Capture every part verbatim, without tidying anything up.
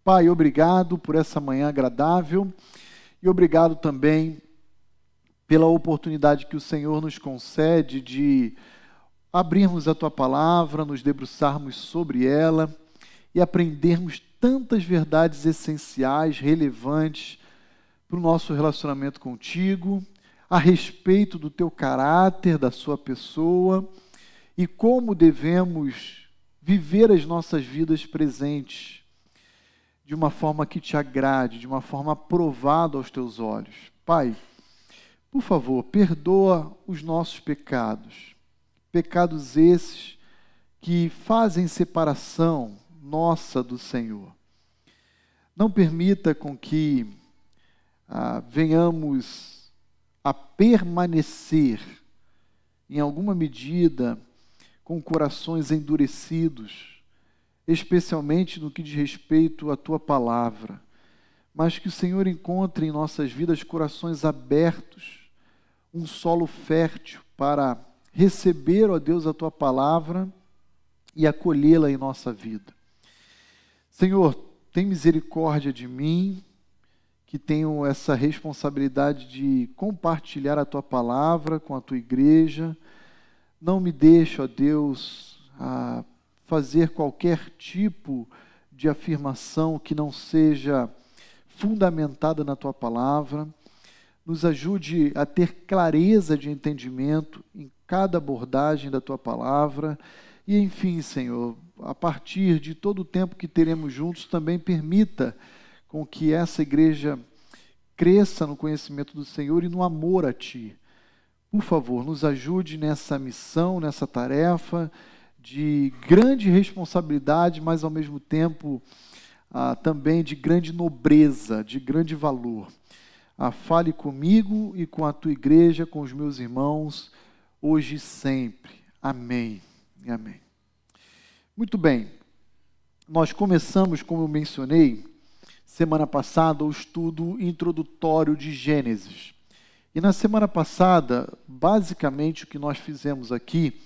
Pai, obrigado por essa manhã agradável e obrigado também pela oportunidade que o Senhor nos concede de abrirmos a Tua palavra, nos debruçarmos sobre ela e aprendermos tantas verdades essenciais, relevantes para o nosso relacionamento contigo, a respeito do Teu caráter, da Sua pessoa e como devemos viver as nossas vidas presentes de uma forma que Te agrade, de uma forma aprovada aos Teus olhos. Pai, por favor, perdoa os nossos pecados, pecados esses que fazem separação nossa do Senhor. Não permita com que ah, venhamos a permanecer, em alguma medida, com corações endurecidos, especialmente no que diz respeito à Tua palavra, mas que o Senhor encontre em nossas vidas corações abertos, um solo fértil para receber, ó Deus, a Tua palavra e acolhê-la em nossa vida. Senhor, tem misericórdia de mim, que tenho essa responsabilidade de compartilhar a Tua palavra com a Tua igreja. Não me deixe, ó Deus, a fazer qualquer tipo de afirmação que não seja fundamentada na Tua palavra. Nos ajude a ter clareza de entendimento em cada abordagem da Tua palavra. E, enfim, Senhor, a partir de todo o tempo que teremos juntos, também permita com que essa igreja cresça no conhecimento do Senhor e no amor a Ti. Por favor, nos ajude nessa missão, nessa tarefa de grande responsabilidade, mas ao mesmo tempo ah, também de grande nobreza, de grande valor. Ah, fale comigo e com a Tua igreja, com os meus irmãos, hoje e sempre. Amém e amém. Muito bem, nós começamos, como eu mencionei, semana passada, o estudo introdutório de Gênesis. E na semana passada, basicamente o que nós fizemos aqui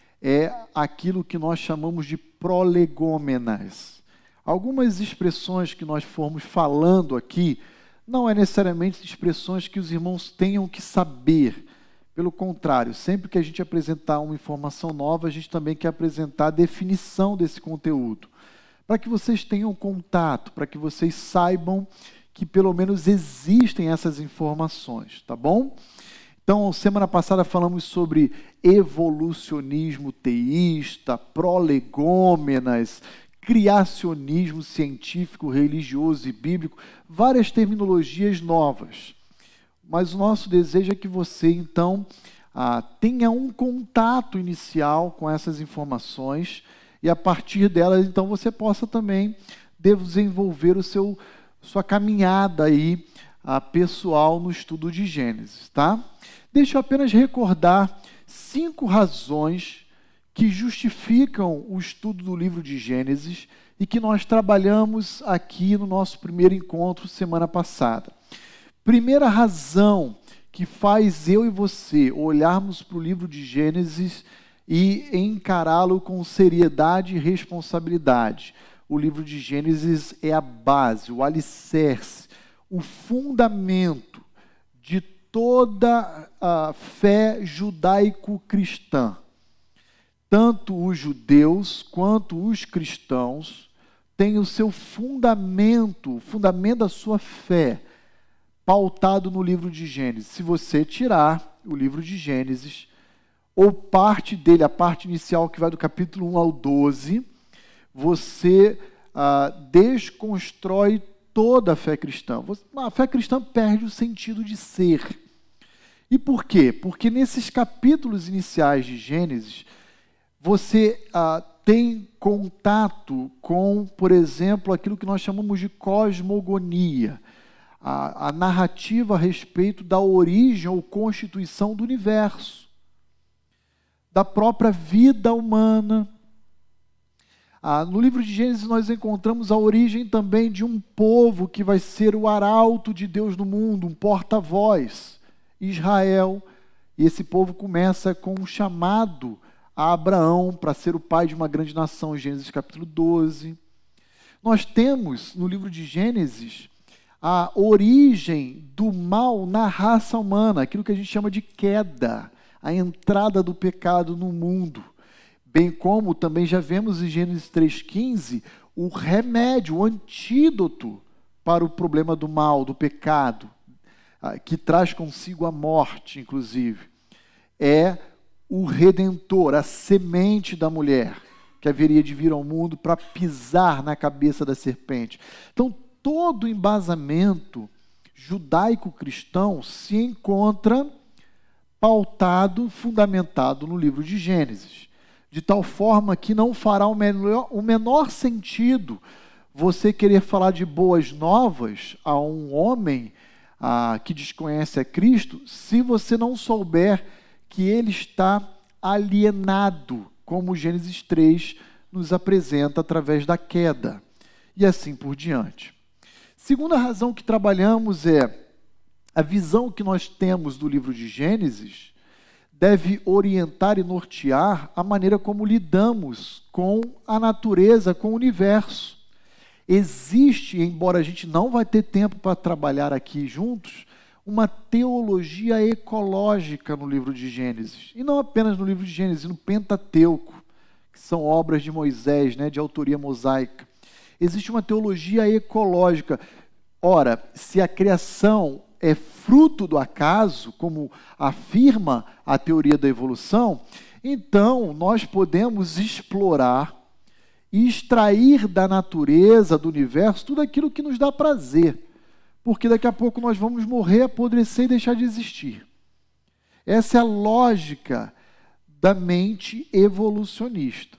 é aquilo que nós chamamos de prolegômenas. Algumas expressões que nós formos falando aqui não é necessariamente expressões que os irmãos tenham que saber. Pelo contrário, sempre que a gente apresentar uma informação nova, a gente também quer apresentar a definição desse conteúdo. Para que vocês tenham contato, para que vocês saibam que pelo menos existem essas informações, tá bom? Então, semana passada falamos sobre evolucionismo teísta, prolegômenas, criacionismo científico, religioso e bíblico, várias terminologias novas. Mas o nosso desejo é que você, então, ah, tenha um contato inicial com essas informações e, a partir delas, então, você possa também desenvolver o seu, sua caminhada aí, ah, pessoal no estudo de Gênesis, tá? Deixa eu apenas recordar cinco razões que justificam o estudo do livro de Gênesis e que nós trabalhamos aqui no nosso primeiro encontro semana passada. Primeira razão que faz eu e você olharmos para o livro de Gênesis e encará-lo com seriedade e responsabilidade. O livro de Gênesis é a base, o alicerce, o fundamento de toda a fé judaico-cristã. Tanto os judeus quanto os cristãos têm o seu fundamento, o fundamento da sua fé, pautado no livro de Gênesis. Se você tirar o livro de Gênesis, ou parte dele, a parte inicial que vai do capítulo um ao doze, você ah, desconstrói toda a fé cristã. A fé cristã perde o sentido de ser. E por quê? Porque nesses capítulos iniciais de Gênesis, você ah, tem contato com, por exemplo, aquilo que nós chamamos de cosmogonia, a, a narrativa a respeito da origem ou constituição do universo, da própria vida humana. Ah, no livro de Gênesis nós encontramos a origem também de um povo que vai ser o arauto de Deus no mundo, um porta-voz, Israel. E esse povo começa com um chamado a Abraão para ser o pai de uma grande nação, em Gênesis capítulo doze. Nós temos no livro de Gênesis a origem do mal na raça humana, aquilo que a gente chama de queda, a entrada do pecado no mundo. Bem como também já vemos em Gênesis três, quinze, o remédio, o antídoto para o problema do mal, do pecado, que traz consigo a morte, inclusive. É o Redentor, a semente da mulher, que haveria de vir ao mundo para pisar na cabeça da serpente. Então, todo o embasamento judaico-cristão se encontra pautado, fundamentado no livro de Gênesis, de tal forma que não fará o menor, o menor sentido você querer falar de boas novas a um homem ah, que desconhece a Cristo, se você não souber que ele está alienado, como Gênesis três nos apresenta através da queda, e assim por diante. Segunda razão que trabalhamos é a visão que nós temos do livro de Gênesis deve orientar e nortear a maneira como lidamos com a natureza, com o universo. Existe, embora a gente não vai ter tempo para trabalhar aqui juntos, uma teologia ecológica no livro de Gênesis. E não apenas no livro de Gênesis, no Pentateuco, que são obras de Moisés, né, de autoria mosaica. Existe uma teologia ecológica. Ora, se a criação é fruto do acaso, como afirma a teoria da evolução, então nós podemos explorar e extrair da natureza, do universo, tudo aquilo que nos dá prazer, porque daqui a pouco nós vamos morrer, apodrecer e deixar de existir. Essa é a lógica da mente evolucionista.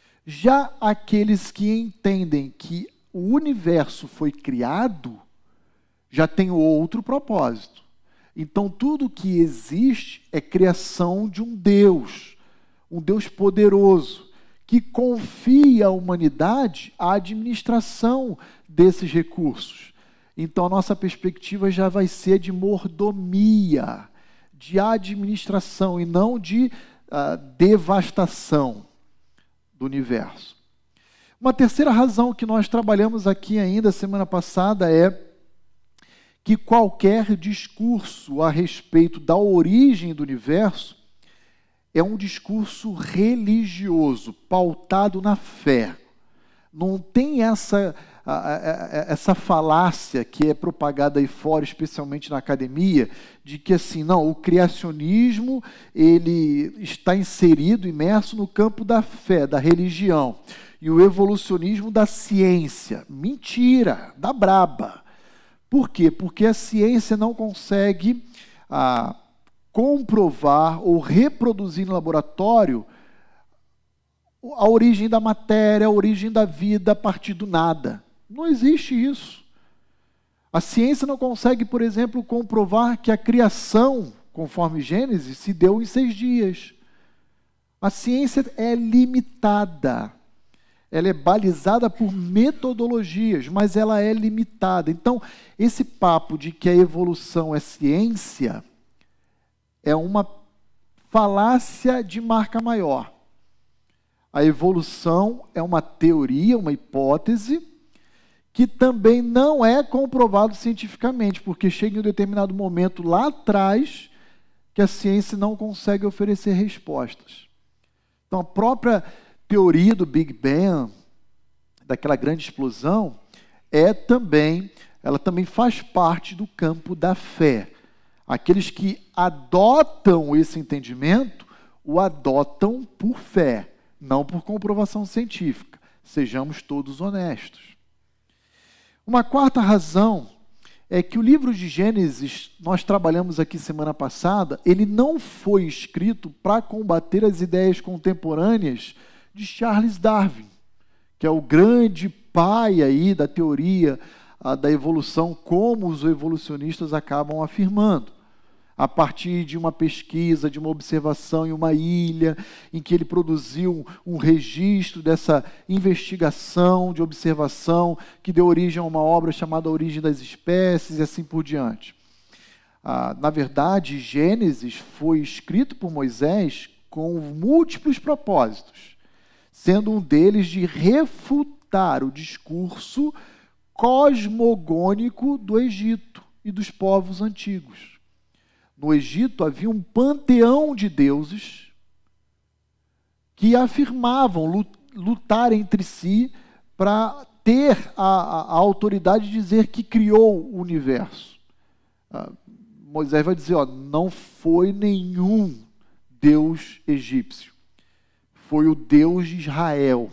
Já aqueles que entendem que o universo foi criado, já tem outro propósito. Então, tudo que existe é criação de um Deus, um Deus poderoso, que confia à humanidade a administração desses recursos. Então, a nossa perspectiva já vai ser de mordomia, de administração, e não de uh, devastação do universo. Uma terceira razão que nós trabalhamos aqui ainda semana passada é que qualquer discurso a respeito da origem do universo é um discurso religioso, pautado na fé. Não tem essa, essa falácia que é propagada aí fora, especialmente na academia, de que assim, não, o criacionismo ele está inserido, imerso no campo da fé, da religião, e o evolucionismo da ciência. Mentira, da braba. Por quê? Porque a ciência não consegue ah, comprovar ou reproduzir no laboratório a origem da matéria, a origem da vida a partir do nada. Não existe isso. A ciência não consegue, por exemplo, comprovar que a criação, conforme Gênesis, se deu em seis dias. A ciência é limitada. Ela é balizada por metodologias, mas ela é limitada. Então, esse papo de que a evolução é ciência é uma falácia de marca maior. A evolução é uma teoria, uma hipótese, que também não é comprovado cientificamente, porque chega em um determinado momento lá atrás que a ciência não consegue oferecer respostas. Então, a própria teoria do Big Bang, daquela grande explosão, é também, ela também faz parte do campo da fé. Aqueles que adotam esse entendimento, o adotam por fé, não por comprovação científica. Sejamos todos honestos. Uma quarta razão é que o livro de Gênesis, nós trabalhamos aqui semana passada, ele não foi escrito para combater as ideias contemporâneas de Charles Darwin, que é o grande pai aí da teoria a, da evolução, como os evolucionistas acabam afirmando, a partir de uma pesquisa, de uma observação em uma ilha, em que ele produziu um, um registro dessa investigação, de observação, que deu origem a uma obra chamada A Origem das Espécies, e assim por diante. Ah, na verdade, Gênesis foi escrito por Moisés com múltiplos propósitos, sendo um deles de refutar refutar o discurso cosmogônico do Egito e dos povos antigos. No Egito havia um panteão de deuses que afirmavam lutar entre si para ter a, a, a autoridade de dizer que criou o universo. Ah, Moisés vai dizer, ó, não foi nenhum deus egípcio, foi o Deus de Israel.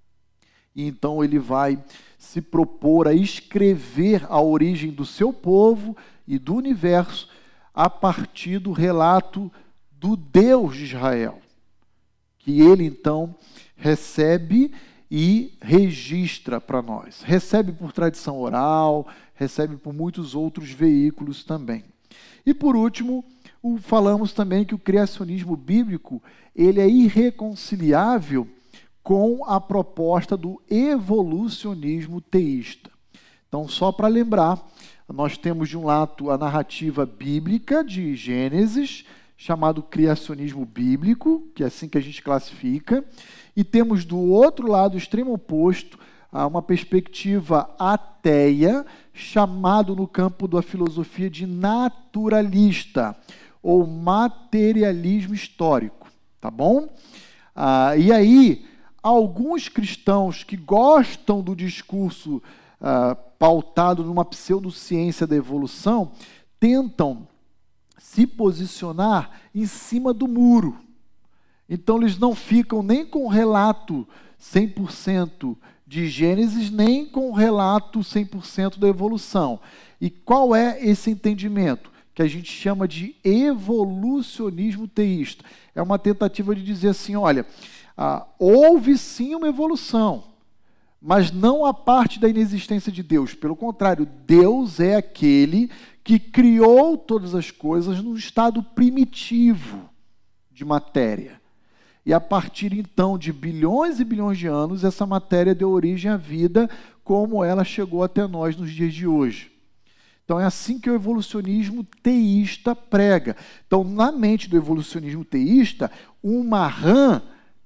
E então ele vai se propor a escrever a origem do seu povo e do universo a partir do relato do Deus de Israel, que ele então recebe e registra para nós. Recebe por tradição oral, recebe por muitos outros veículos também. E por último, o, falamos também que o criacionismo bíblico ele é irreconciliável com a proposta do evolucionismo teísta. Então, só para lembrar, nós temos de um lado a narrativa bíblica de Gênesis, chamado criacionismo bíblico, que é assim que a gente classifica, e temos do outro lado, o extremo oposto, uma perspectiva ateia, chamado no campo da filosofia de naturalista, ou materialismo histórico, tá bom? Ah, e aí, alguns cristãos que gostam do discurso ah, pautado numa pseudociência da evolução, tentam se posicionar em cima do muro. Então, eles não ficam nem com o relato cem por cento de Gênesis, nem com o relato cem por cento da evolução. E qual é esse entendimento? Que a gente chama de evolucionismo teísta. É uma tentativa de dizer assim, olha, ah, houve sim uma evolução, mas não a parte da inexistência de Deus. Pelo contrário, Deus é aquele que criou todas as coisas num estado primitivo de matéria. E a partir, então, de bilhões e bilhões de anos, essa matéria deu origem à vida como ela chegou até nós nos dias de hoje. Então, é assim que o evolucionismo teísta prega. Então, na mente do evolucionismo teísta, uma rã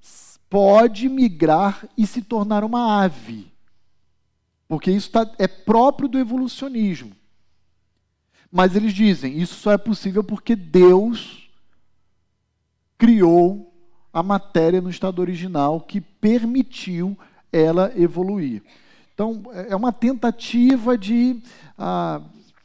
pode migrar e se tornar uma ave. Porque isso tá, é próprio do evolucionismo. Mas eles dizem, isso só é possível porque Deus criou a matéria no estado original que permitiu ela evoluir. Então, é uma tentativa de ah,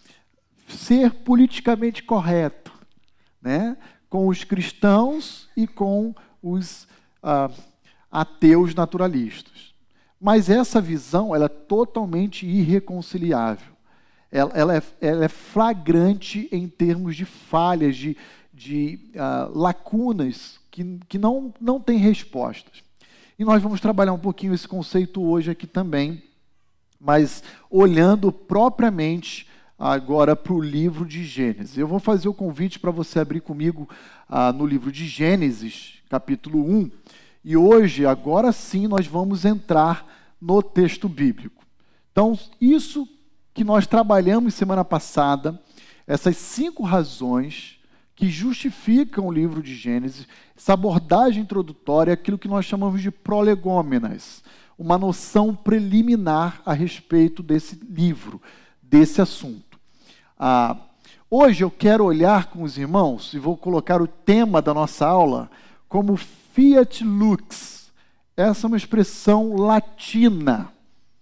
ser politicamente correto, né? Com os cristãos e com os ah, ateus naturalistas. Mas essa visão ela é totalmente irreconciliável. Ela, ela, é, ela é flagrante em termos de falhas, de, de uh, lacunas que, que não, não têm respostas. E nós vamos trabalhar um pouquinho esse conceito hoje aqui também, mas olhando propriamente agora para o livro de Gênesis. Eu vou fazer o convite para você abrir comigo uh, no livro de Gênesis, capítulo um, e hoje, agora sim, nós vamos entrar no texto bíblico. Então, isso que nós trabalhamos semana passada, essas cinco razões que justificam o livro de Gênesis, essa abordagem introdutória, aquilo que nós chamamos de prolegômenas, uma noção preliminar a respeito desse livro, desse assunto. Ah, hoje eu quero olhar com os irmãos, e vou colocar o tema da nossa aula como Fiat Lux. Essa é uma expressão latina,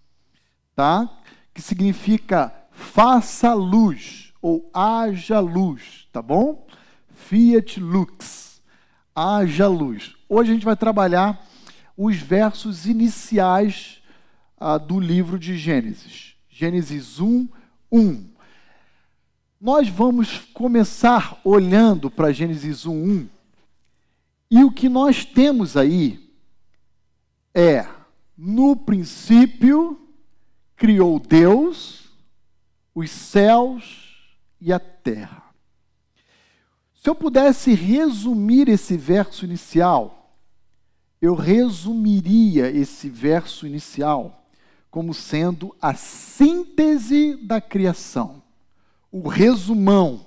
tá? Que significa faça luz, ou haja luz, tá bom? Fiat Lux, haja luz. Hoje a gente vai trabalhar os versos iniciais ah, do livro de Gênesis. Gênesis um, um. Nós vamos começar olhando para Gênesis um, um, e o que nós temos aí é, no princípio, criou Deus os céus e a terra. Se eu pudesse resumir esse verso inicial, eu resumiria esse verso inicial como sendo a síntese da criação, o resumão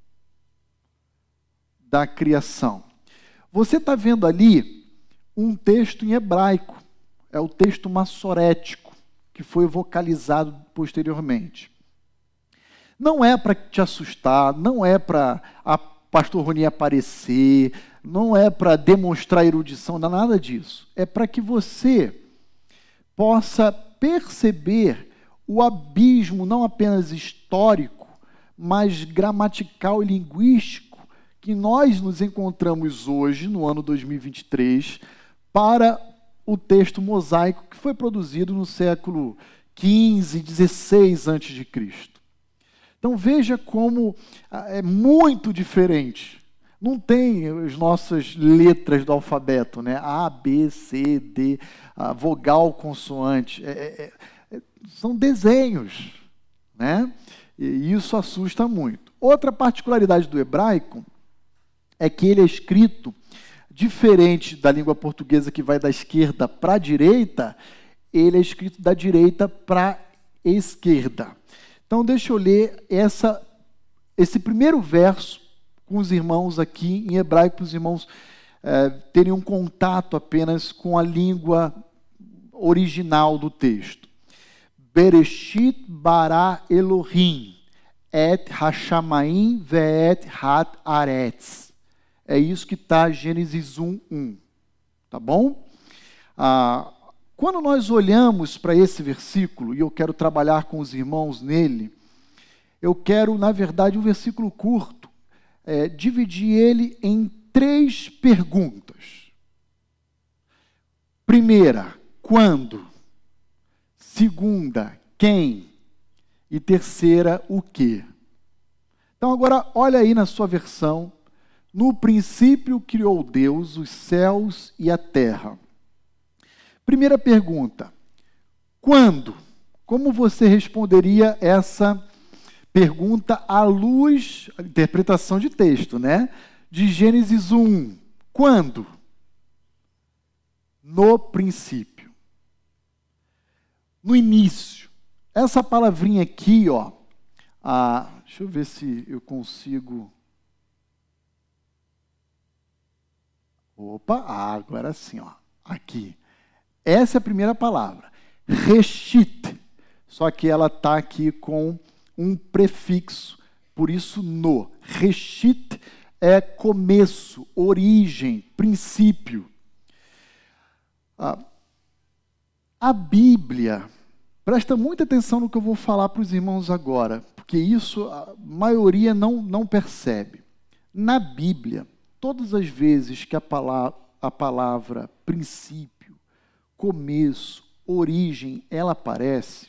da criação. Você está vendo ali um texto em hebraico, é o texto massorético, que foi vocalizado posteriormente. Não é para te assustar, não é para a pastor Roni aparecer, não é para demonstrar erudição, não é nada disso. É para que você possa perceber o abismo, não apenas histórico, mas gramatical e linguístico, que nós nos encontramos hoje, no ano dois mil e vinte e três, para o texto mosaico que foi produzido no século quinze, dezesseis antes de Cristo. Então veja como é muito diferente. Não tem as nossas letras do alfabeto, né? A, B, C, D, a vogal, consoante. É, é, é, são desenhos, né? E isso assusta muito. Outra particularidade do hebraico é que ele é escrito diferente da língua portuguesa, que vai da esquerda para a direita, ele é escrito da direita para a esquerda. Então, deixa eu ler essa, esse primeiro verso com os irmãos aqui em hebraico, para os irmãos é, terem um contato apenas com a língua original do texto. Bereshit bara Elohim et hashamayim ve'et hat aretz. É isso que está Gênesis um, um. Tá bom? Ah, quando nós olhamos para esse versículo, e eu quero trabalhar com os irmãos nele, eu quero, na verdade, um versículo curto, é, dividir ele em três perguntas. Primeira, quando? Segunda, quem? E terceira, o quê? Então agora, olha aí na sua versão. No princípio criou Deus os céus e a terra. Primeira pergunta, quando? Como você responderia essa pergunta à luz, a interpretação de texto, né? De Gênesis um. Quando? No princípio. No início. Essa palavrinha aqui, ó, a, deixa eu ver se eu consigo... Opa, agora sim, ó, aqui. Essa é a primeira palavra, reshit, só que ela está aqui com um prefixo, por isso no. Reshit é começo, origem, princípio. Ah, a Bíblia, presta muita atenção no que eu vou falar para os irmãos agora, porque isso a maioria não, não percebe. Na Bíblia, todas as vezes que a palavra, a palavra princípio, começo, origem, ela aparece,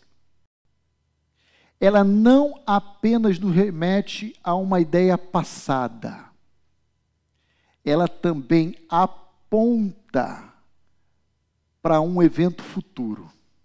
ela não apenas nos remete a uma ideia passada, ela também aponta para um evento futuro.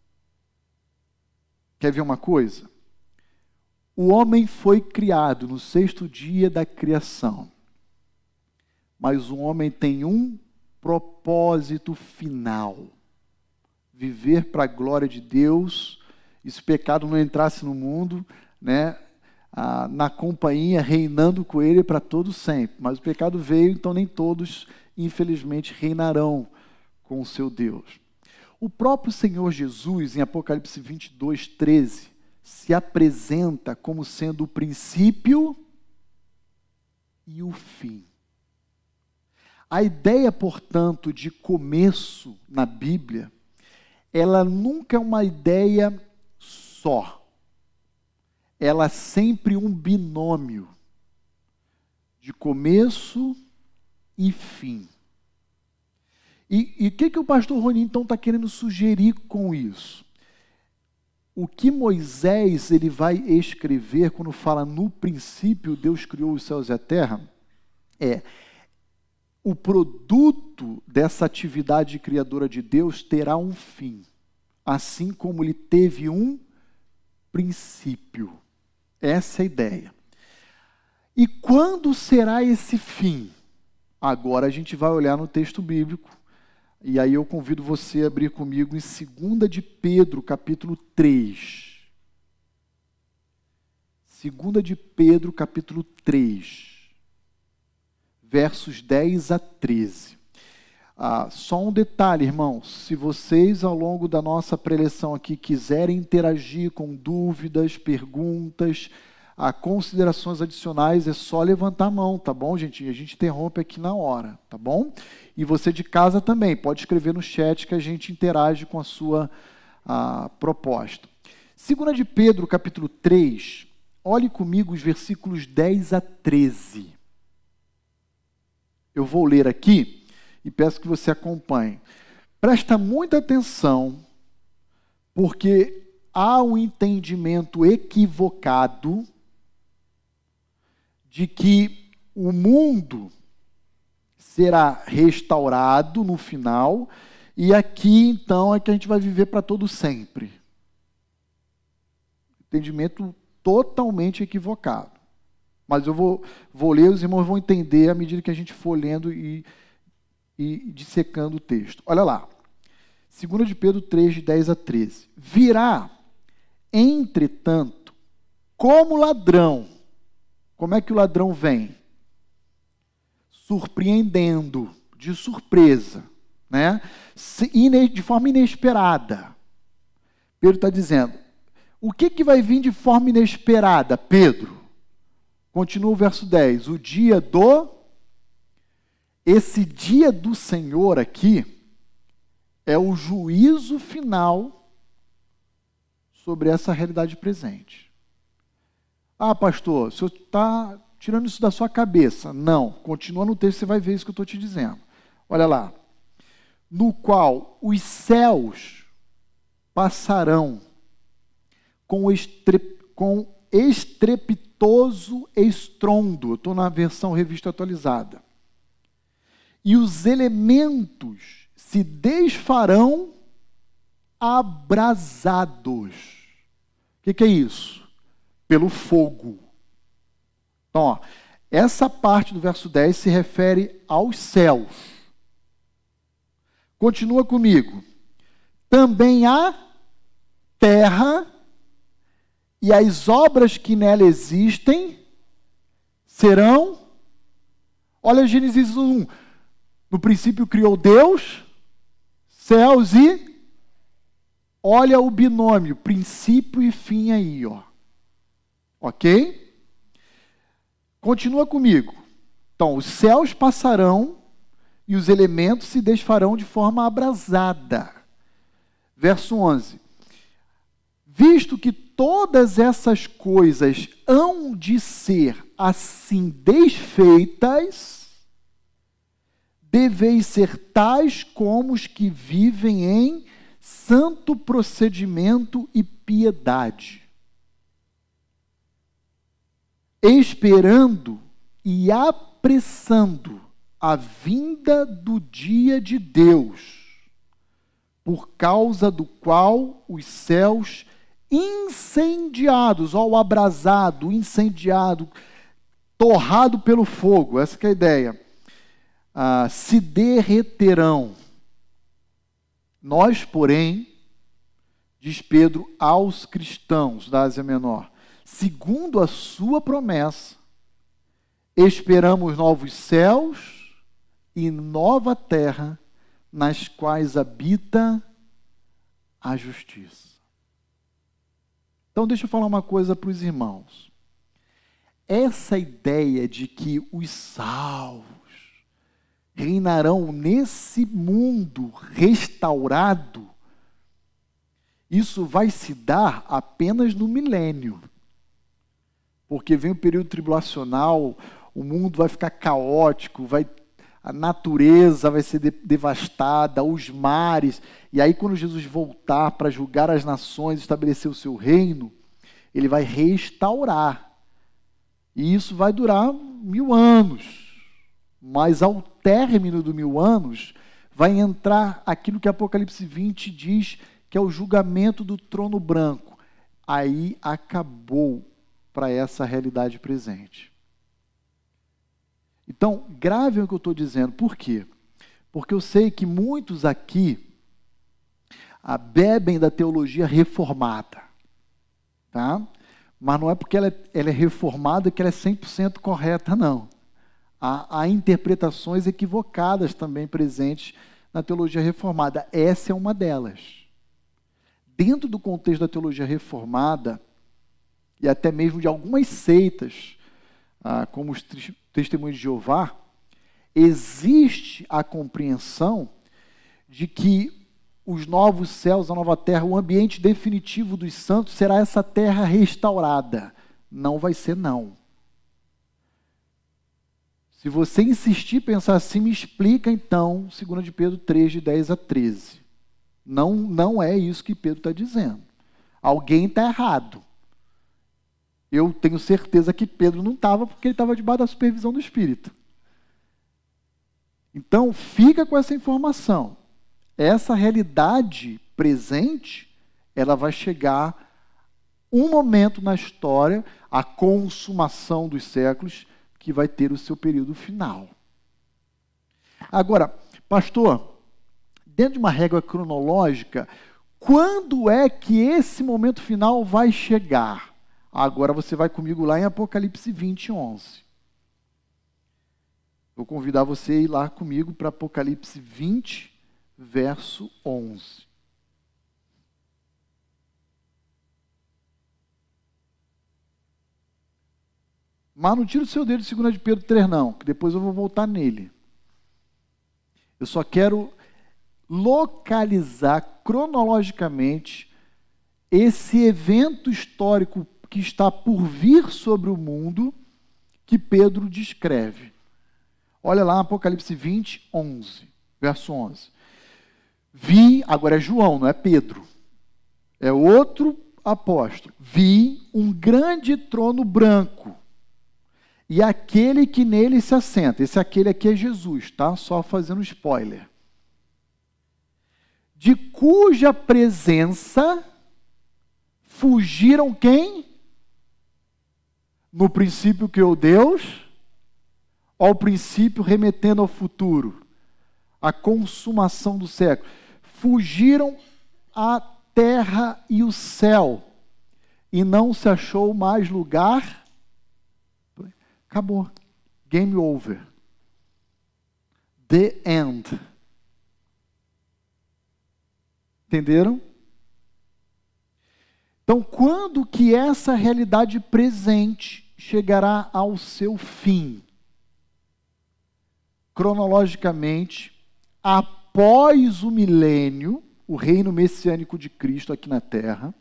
Quer ver uma coisa? O homem foi criado no sexto dia da criação, mas o homem tem um propósito final. Viver para a glória de Deus, e se o pecado não entrasse no mundo, né, ah, na companhia, reinando com ele para todo sempre. Mas o pecado veio, então nem todos, infelizmente, reinarão com o seu Deus. O próprio Senhor Jesus, em Apocalipse vinte e dois, treze, se apresenta como sendo o princípio e o fim. A ideia, portanto, de começo na Bíblia, ela nunca é uma ideia só. Ela é sempre um binômio de começo e fim. E o que, que o pastor Roni, então, está querendo sugerir com isso? O que Moisés ele vai escrever quando fala no princípio Deus criou os céus e a terra, é o produto dessa atividade criadora de Deus terá um fim, assim como ele teve um princípio. Essa é a ideia. E quando será esse fim? Agora a gente vai olhar no texto bíblico, e aí eu convido você a abrir comigo em segunda de Pedro, capítulo três. segunda de Pedro, capítulo três. Versos dez a treze. Ah, só um detalhe, irmãos, se vocês ao longo da nossa preleção aqui quiserem interagir com dúvidas, perguntas, ah, considerações adicionais, é só levantar a mão, tá bom, gente? A gente interrompe aqui na hora, tá bom? E você de casa também, pode escrever no chat que a gente interage com a sua ah, proposta. Segunda de Pedro, capítulo três, olhe comigo os versículos dez a treze. Eu vou ler aqui e peço que você acompanhe. Presta muita atenção, porque há um entendimento equivocado de que o mundo será restaurado no final, e aqui, então, é que a gente vai viver para todo sempre. Entendimento totalmente equivocado. Mas eu vou, vou ler, os irmãos vão entender à medida que a gente for lendo e e dissecando o texto. Olha lá, segunda de Pedro três, de dez a treze. Virá, entretanto, como ladrão. Como é que o ladrão vem? Surpreendendo, de surpresa, né? De forma inesperada. Pedro está dizendo, o que, que vai vir de forma inesperada, Pedro? Continua o verso dez, o dia do... Esse dia do Senhor aqui é o juízo final sobre essa realidade presente. Ah, pastor, o senhor está tirando isso da sua cabeça. Não, continua no texto, você vai ver isso que eu estou te dizendo. Olha lá. No qual os céus passarão com, estre... com estrepitoso estrondo. Eu estou na versão revista atualizada. E os elementos se desfarão abrasados. O que, que é isso? Pelo fogo. Então, ó, essa parte do verso dez se refere aos céus. Continua comigo. Também a terra e as obras que nela existem serão... Olha Gênesis um. No princípio criou Deus, céus e... Olha o binômio, princípio e fim aí, ó. Ok? Continua comigo. Então, os céus passarão e os elementos se desfarão de forma abrasada. Verso onze. Visto que todas essas coisas hão de ser assim desfeitas... deveis ser tais como os que vivem em santo procedimento e piedade, esperando e apressando a vinda do dia de Deus, por causa do qual os céus incendiados, ó, o abrasado, incendiado, torrado pelo fogo, essa que é a ideia, Ah, se derreterão. Nós, porém, diz Pedro aos cristãos da Ásia Menor, segundo a sua promessa, esperamos novos céus e nova terra, nas quais habita a justiça. Então, deixa eu falar uma coisa para os irmãos. Essa ideia de que os salvos reinarão nesse mundo restaurado, isso vai se dar apenas no milênio. Porque vem o período tribulacional, o mundo vai ficar caótico, vai, a natureza vai ser de, devastada, os mares, e aí quando Jesus voltar para julgar as nações, estabelecer o seu reino, ele vai restaurar. E isso vai durar mil anos. Mas ao término do mil anos, vai entrar aquilo que Apocalipse vinte diz, que é o julgamento do trono branco. Aí acabou para essa realidade presente. Então, grave o que eu estou dizendo. Por quê? Porque eu sei que muitos aqui ah, bebem da teologia reformada. Tá? Mas não é porque ela é, ela é reformada que ela é cem por cento correta, não. Há, há interpretações equivocadas também presentes na teologia reformada. Essa é uma delas. Dentro do contexto da teologia reformada, e até mesmo de algumas seitas, ah, como os Testemunhos de Jeová, existe a compreensão de que os novos céus, a nova terra, o ambiente definitivo dos santos será essa terra restaurada. Não vai ser não. Se você insistir, pensar assim, me explica então, dois de Pedro três, de dez a treze. Não, não é isso que Pedro está dizendo. Alguém está errado. Eu tenho certeza que Pedro não estava, porque ele estava debaixo da supervisão do Espírito. Então, fica com essa informação. Essa realidade presente, ela vai chegar um momento na história, a consumação dos séculos, que vai ter o seu período final. Agora, pastor, dentro de uma regra cronológica, quando é que esse momento final vai chegar? Agora você vai comigo lá em Apocalipse vinte, onze. Vou convidar você a ir lá comigo para Apocalipse vinte, verso onze. Mas não tira o seu dedo de dois de Pedro três, não, que depois eu vou voltar nele. Eu só quero localizar cronologicamente esse evento histórico que está por vir sobre o mundo que Pedro descreve. Olha lá, Apocalipse vinte, onze, verso onze. Vi, agora é João, não é Pedro, é outro apóstolo. Vi um grande trono branco e aquele que nele se assenta. Esse aquele aqui é Jesus, tá? Só fazendo spoiler. De cuja presença fugiram quem? No princípio criou Deus, ao princípio remetendo ao futuro, a consumação do século. Fugiram a terra e o céu, e não se achou mais lugar. Acabou. Game over. The end. Entenderam? Então, quando que essa realidade presente chegará ao seu fim? Cronologicamente, após o milênio, o reino messiânico de Cristo aqui na Terra,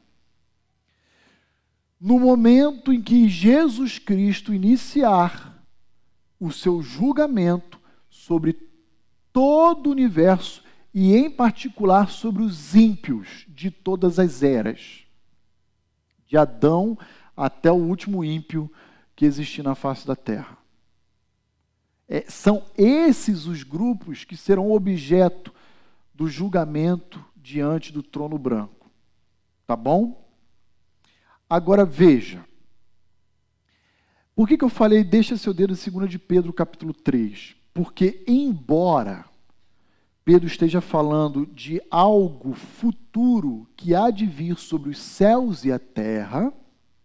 no momento em que Jesus Cristo iniciar o seu julgamento sobre todo o universo e, em particular, sobre os ímpios de todas as eras, de Adão até o último ímpio que existia na face da terra. É, são esses os grupos que serão objeto do julgamento diante do trono branco. Tá bom? Agora veja. Por que que eu falei, deixa seu dedo em dois de Pedro, capítulo três? Porque, embora Pedro esteja falando de algo futuro que há de vir sobre os céus e a terra,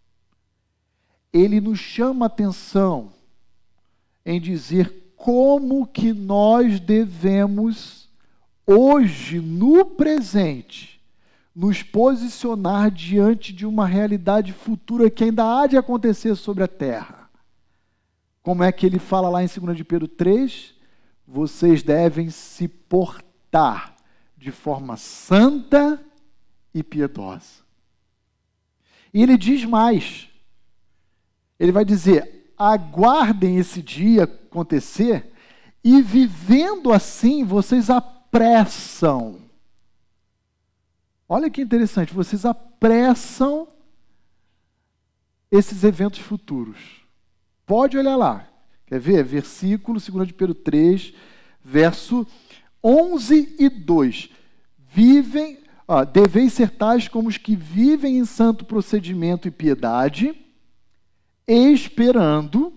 ele nos chama a atenção em dizer como que nós devemos, hoje, no presente, nos posicionar diante de uma realidade futura que ainda há de acontecer sobre a terra. Como é que ele fala lá em dois de Pedro três? Vocês devem se portar de forma santa e piedosa. E ele diz mais. Ele vai dizer, aguardem esse dia acontecer e vivendo assim, vocês apressam. Olha que interessante, vocês apressam esses eventos futuros. Pode olhar lá. Quer ver? Versículo dois de Pedro três, verso onze e dois. Vivem, ó, deveis ser tais como os que vivem em santo procedimento e piedade, esperando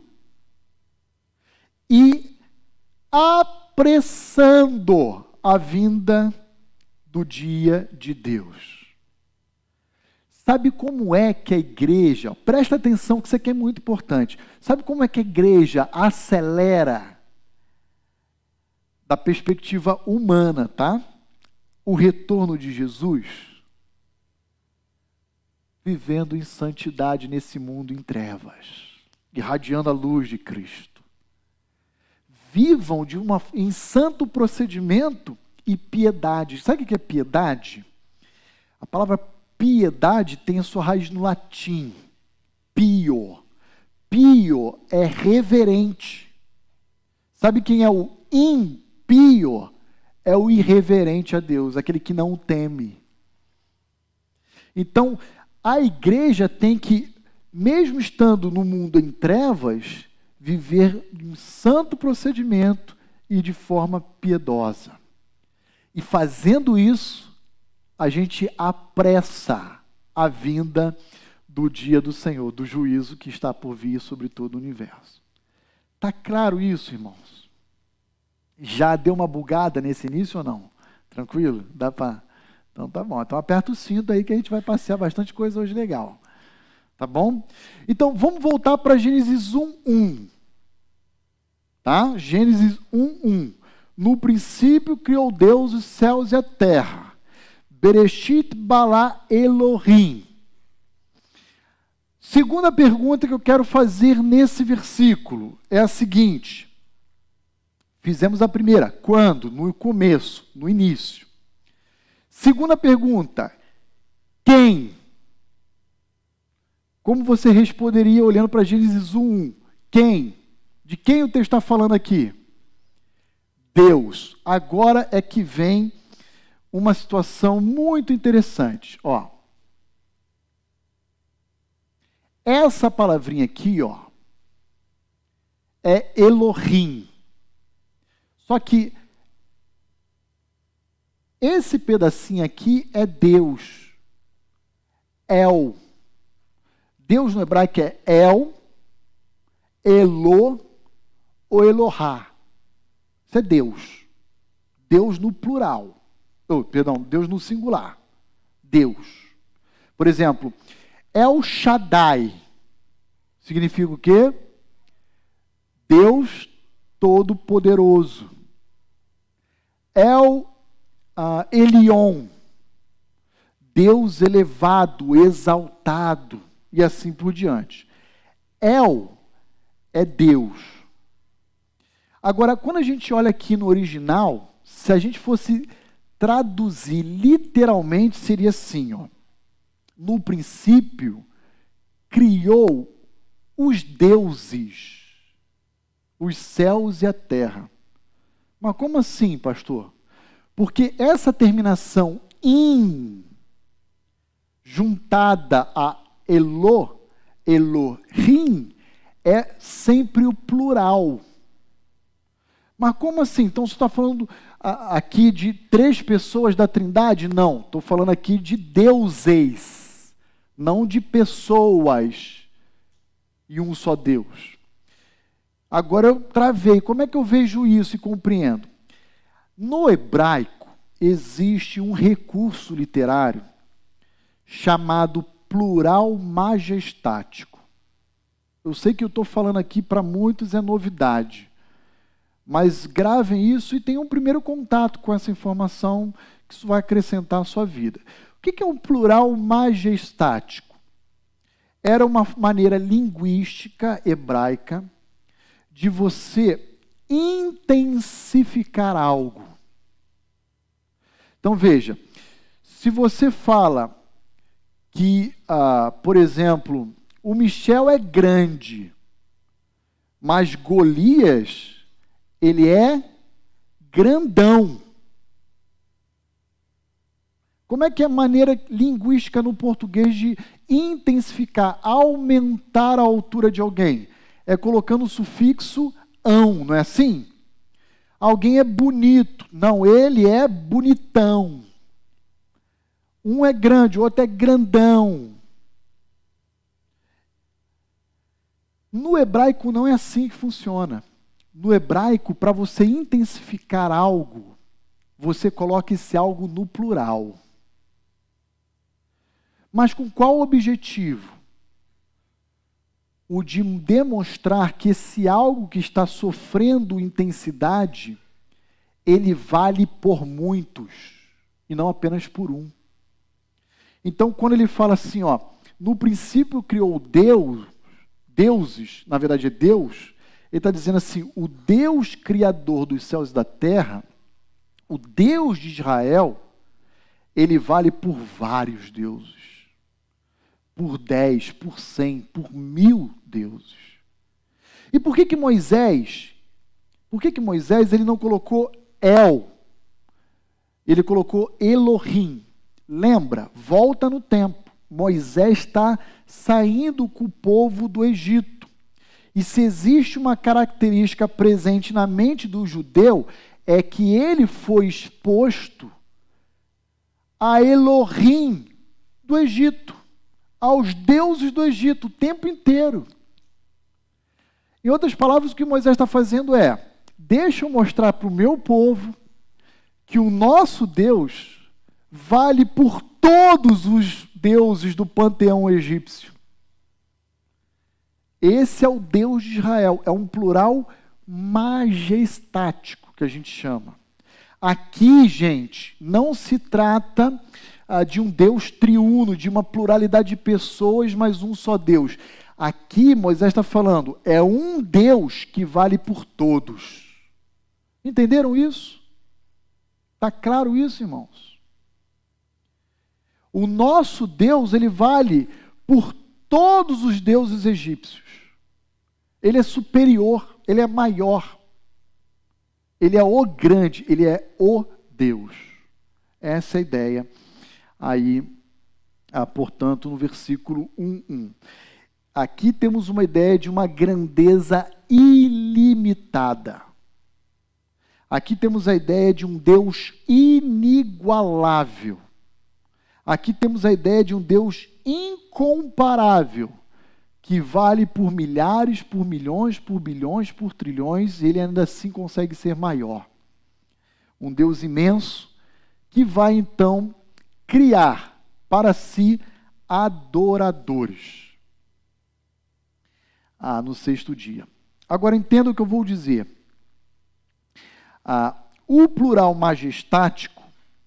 e apressando a vinda do dia de Deus. Sabe como é que a igreja, presta atenção que isso aqui é muito importante, sabe como é que a igreja acelera, da perspectiva humana, tá? O retorno de Jesus? Vivendo em santidade nesse mundo em trevas, irradiando a luz de Cristo. Vivam de uma, em santo procedimento e piedade. Sabe o que é piedade? A palavra piedade tem a sua raiz no latim, pio. Pio é reverente. Sabe quem é o impio? É o irreverente a Deus, aquele que não o teme. Então, a igreja tem que, mesmo estando no mundo em trevas, viver em santo procedimento e de forma piedosa. E fazendo isso, a gente apressa a vinda do dia do Senhor, do juízo que está por vir sobre todo o universo. Está claro isso, irmãos? Já deu uma bugada nesse início ou não? Tranquilo? Dá para... Então tá bom. Então aperta o cinto aí que a gente vai passear bastante coisa hoje legal. Tá bom? Então vamos voltar para Gênesis um, um. Tá? Gênesis um, um. No princípio criou Deus os céus e a terra. Bereshit bara Elohim. Segunda pergunta que eu quero fazer nesse versículo é a seguinte. Fizemos a primeira. Quando? No começo, no início. Segunda pergunta. Quem? Como você responderia olhando para Gênesis um, um? Quem? De quem o texto está falando aqui? Deus. Agora é que vem uma situação muito interessante. Ó. Essa palavrinha aqui, ó, é Elohim. Só que esse pedacinho aqui é Deus. El. Deus no hebraico é El, Elo ou Elohá. Isso é Deus. Deus no plural. Oh, perdão, Deus no singular. Deus. Por exemplo, El Shaddai. Significa o quê? Deus Todo-Poderoso. El uh, Elion. Deus elevado, exaltado. E assim por diante. El é Deus. Agora, quando a gente olha aqui no original, se a gente fosse traduzir literalmente, seria assim, ó. No princípio, criou os deuses, os céus e a terra. Mas como assim, pastor? Porque essa terminação in, juntada a Elo, Elohim, é sempre o plural. Mas como assim? Então você está falando a, aqui de três pessoas da Trindade? Não, estou falando aqui de deuses, não de pessoas e um só Deus. Agora eu travei. Como é que eu vejo isso e compreendo? No hebraico existe um recurso literário chamado plural majestático. Eu sei que eu estou falando aqui para muitos é novidade, mas gravem isso e tenham um primeiro contato com essa informação, que isso vai acrescentar à sua vida. O que é um plural majestático? Era uma maneira linguística hebraica de você intensificar algo. Então veja, se você fala que, ah, por exemplo, o Michel é grande, mas Golias, ele é grandão. Como é que é a maneira linguística no português de intensificar, aumentar a altura de alguém? É colocando o sufixo ão, não é assim? Alguém é bonito. Não, ele é bonitão. Um é grande, o outro é grandão. No hebraico não é assim que funciona. No hebraico, para você intensificar algo, você coloca esse algo no plural. Mas com qual objetivo? O de demonstrar que esse algo que está sofrendo intensidade, ele vale por muitos, e não apenas por um. Então, quando ele fala assim, ó, no princípio criou Deus, deuses, na verdade é Deus, ele está dizendo assim, o Deus criador dos céus e da terra, o Deus de Israel, ele vale por vários deuses. Por dez, por cem, por mil deuses. E por que que Moisés, por que que Moisés ele não colocou El? Ele colocou Elohim. Lembra, volta no tempo. Moisés está saindo com o povo do Egito. E se existe uma característica presente na mente do judeu, é que ele foi exposto a Elohim do Egito, aos deuses do Egito, o tempo inteiro. Em outras palavras, o que Moisés está fazendo é, deixa eu mostrar para o meu povo que o nosso Deus vale por todos os deuses do panteão egípcio. Esse é o Deus de Israel, é um plural majestático que a gente chama. Aqui, gente, não se trata ah, de um Deus triuno, de uma pluralidade de pessoas, mas um só Deus. Aqui, Moisés está falando, é um Deus que vale por todos. Entenderam isso? Está claro isso, irmãos? O nosso Deus, ele vale por todos os deuses egípcios. Ele é superior, ele é maior. Ele é o grande, ele é o Deus. Essa é a ideia aí, ah, portanto, no versículo um, um. Aqui temos uma ideia de uma grandeza ilimitada. Aqui temos a ideia de um Deus inigualável. Aqui temos a ideia de um Deus incomparável, que vale por milhares, por milhões, por bilhões, por trilhões, e ele ainda assim consegue ser maior. Um Deus imenso, que vai então criar para si adoradores. Ah, no sexto dia. Agora entenda o que eu vou dizer. Ah, o plural majestático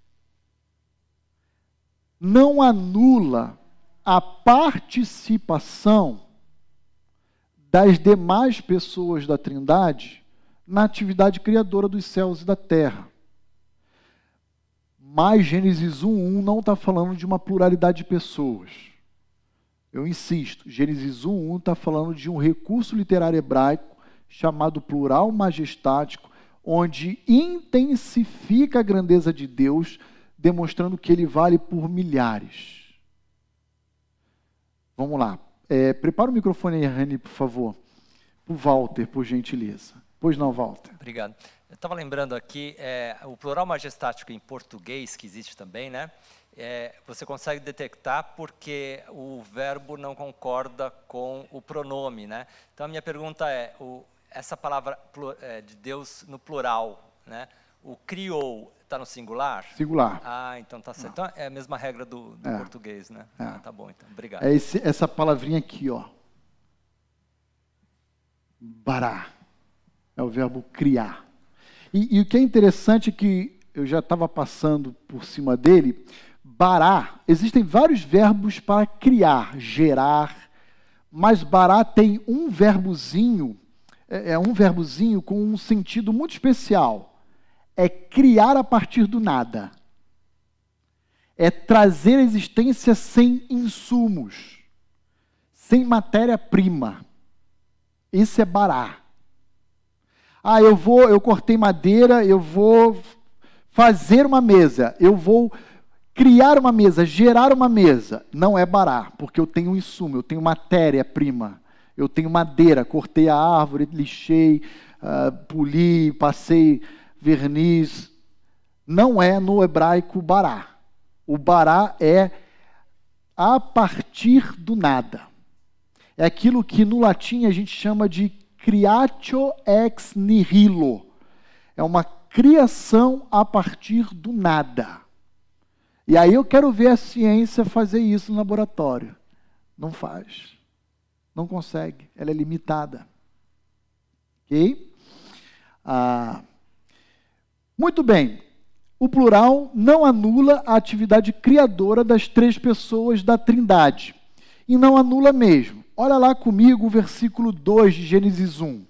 não anula a participação das demais pessoas da Trindade na atividade criadora dos céus e da terra. Mas Gênesis um, um não está falando de uma pluralidade de pessoas. Eu insisto, Gênesis um, um está falando de um recurso literário hebraico chamado plural majestático, onde intensifica a grandeza de Deus, demonstrando que ele vale por milhares. Vamos lá. É, prepara o microfone aí, Rani, por favor. Para o Walter, por gentileza. Pois não, Walter. Obrigado. Eu estava lembrando aqui, é, o plural majestático em português, que existe também, né? É, você consegue detectar porque o verbo não concorda com o pronome, né? Então, a minha pergunta é, o, essa palavra é, de Deus no plural, né? O criou está no singular? Singular. Ah, então tá certo. Então é a mesma regra do, do é. português, né? É. Ah, tá bom, então. Obrigado. É esse, essa palavrinha aqui, ó. Bará. É o verbo criar. E, e o que é interessante é que eu já estava passando por cima dele. Bará, existem vários verbos para criar, gerar, mas bará tem um verbozinho, é, é um verbozinho com um sentido muito especial. É criar a partir do nada. É trazer a existência sem insumos, sem matéria-prima. Isso é bará. Ah, eu vou, eu cortei madeira, eu vou fazer uma mesa, eu vou criar uma mesa, gerar uma mesa. Não é bará, porque eu tenho um insumo, eu tenho matéria-prima. Eu tenho madeira, cortei a árvore, lixei, uh, poli, passei verniz. Não é no hebraico bará. O bará é a partir do nada. É aquilo que no latim a gente chama de creatio ex nihilo. É uma criação a partir do nada. E aí eu quero ver a ciência fazer isso no laboratório. Não faz. Não consegue. Ela é limitada. Ok? Ah, muito bem. O plural não anula a atividade criadora das três pessoas da Trindade. E não anula mesmo. Olha lá comigo o versículo dois de Gênesis um.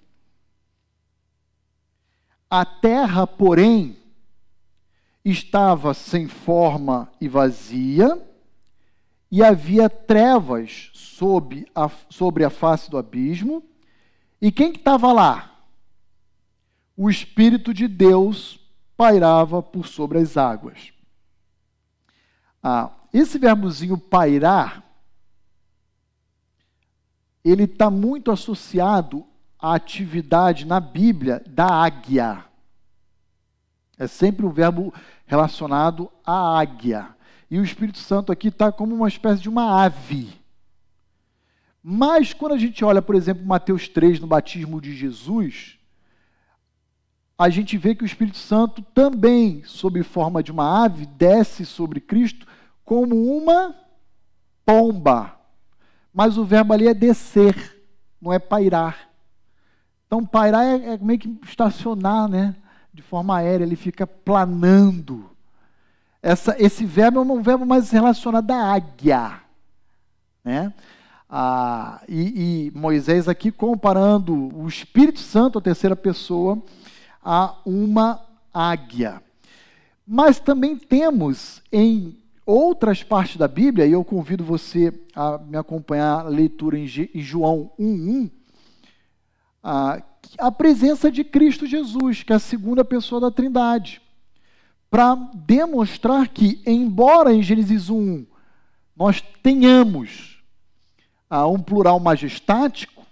A terra, porém, estava sem forma e vazia, e havia trevas sob a, sobre a face do abismo. E quem que estava lá? O Espírito de Deus pairava por sobre as águas. Ah, esse verbozinho pairar, ele está muito associado à atividade na Bíblia da águia. É sempre um verbo relacionado à águia. E o Espírito Santo aqui está como uma espécie de uma ave. Mas quando a gente olha, por exemplo, Mateus três, no batismo de Jesus, a gente vê que o Espírito Santo também, sob forma de uma ave, desce sobre Cristo como uma pomba. Mas o verbo ali é descer, não é pairar. Então, pairar é, é meio que estacionar, né? De forma aérea, ele fica planando. Essa, esse verbo é um verbo mais relacionado à águia, né? Ah, e, e Moisés aqui comparando o Espírito Santo, a terceira pessoa, a uma águia. Mas também temos em outras partes da Bíblia, e eu convido você a me acompanhar a leitura em João um, um, a, a presença de Cristo Jesus, que é a segunda pessoa da Trindade, para demonstrar que, embora em Gênesis um, um nós tenhamos ah, um plural majestático,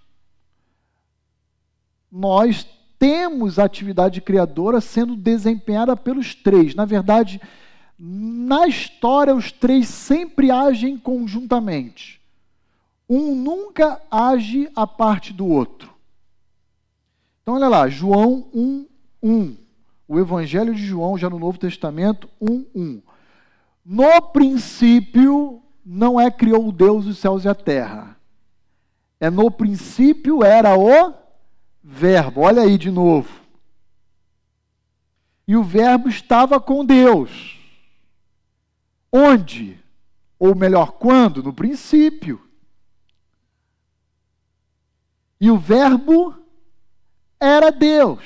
nós temos a atividade criadora sendo desempenhada pelos três. Na verdade, na história, os três sempre agem conjuntamente. Um nunca age à parte do outro. Então, olha lá, João um, um. O Evangelho de João, já no Novo Testamento, um, um. No princípio, não é criou Deus os céus e a terra. É no princípio era o Verbo. Olha aí de novo. E o Verbo estava com Deus. Onde? Ou melhor, quando? No princípio. E o Verbo era Deus.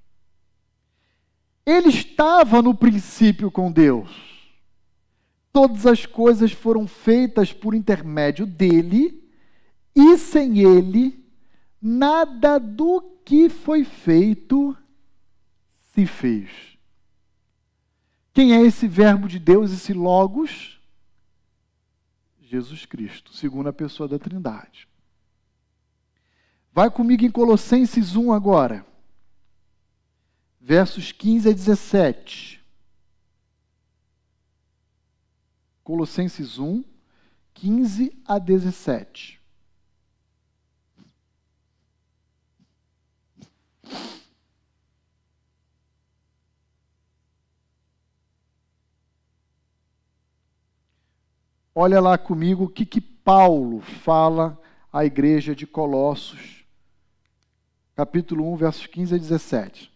Ele estava no princípio com Deus. Todas as coisas foram feitas por intermédio dele, e sem ele, nada do que foi feito se fez. Quem é esse verbo de Deus, esse Logos? Jesus Cristo, segunda pessoa da Trindade. Vai comigo em Colossenses um agora, versos quinze a dezessete. Colossenses um, quinze a dezessete. Olha lá comigo o que, que Paulo fala à igreja de Colossos, capítulo um, versos quinze a dezessete.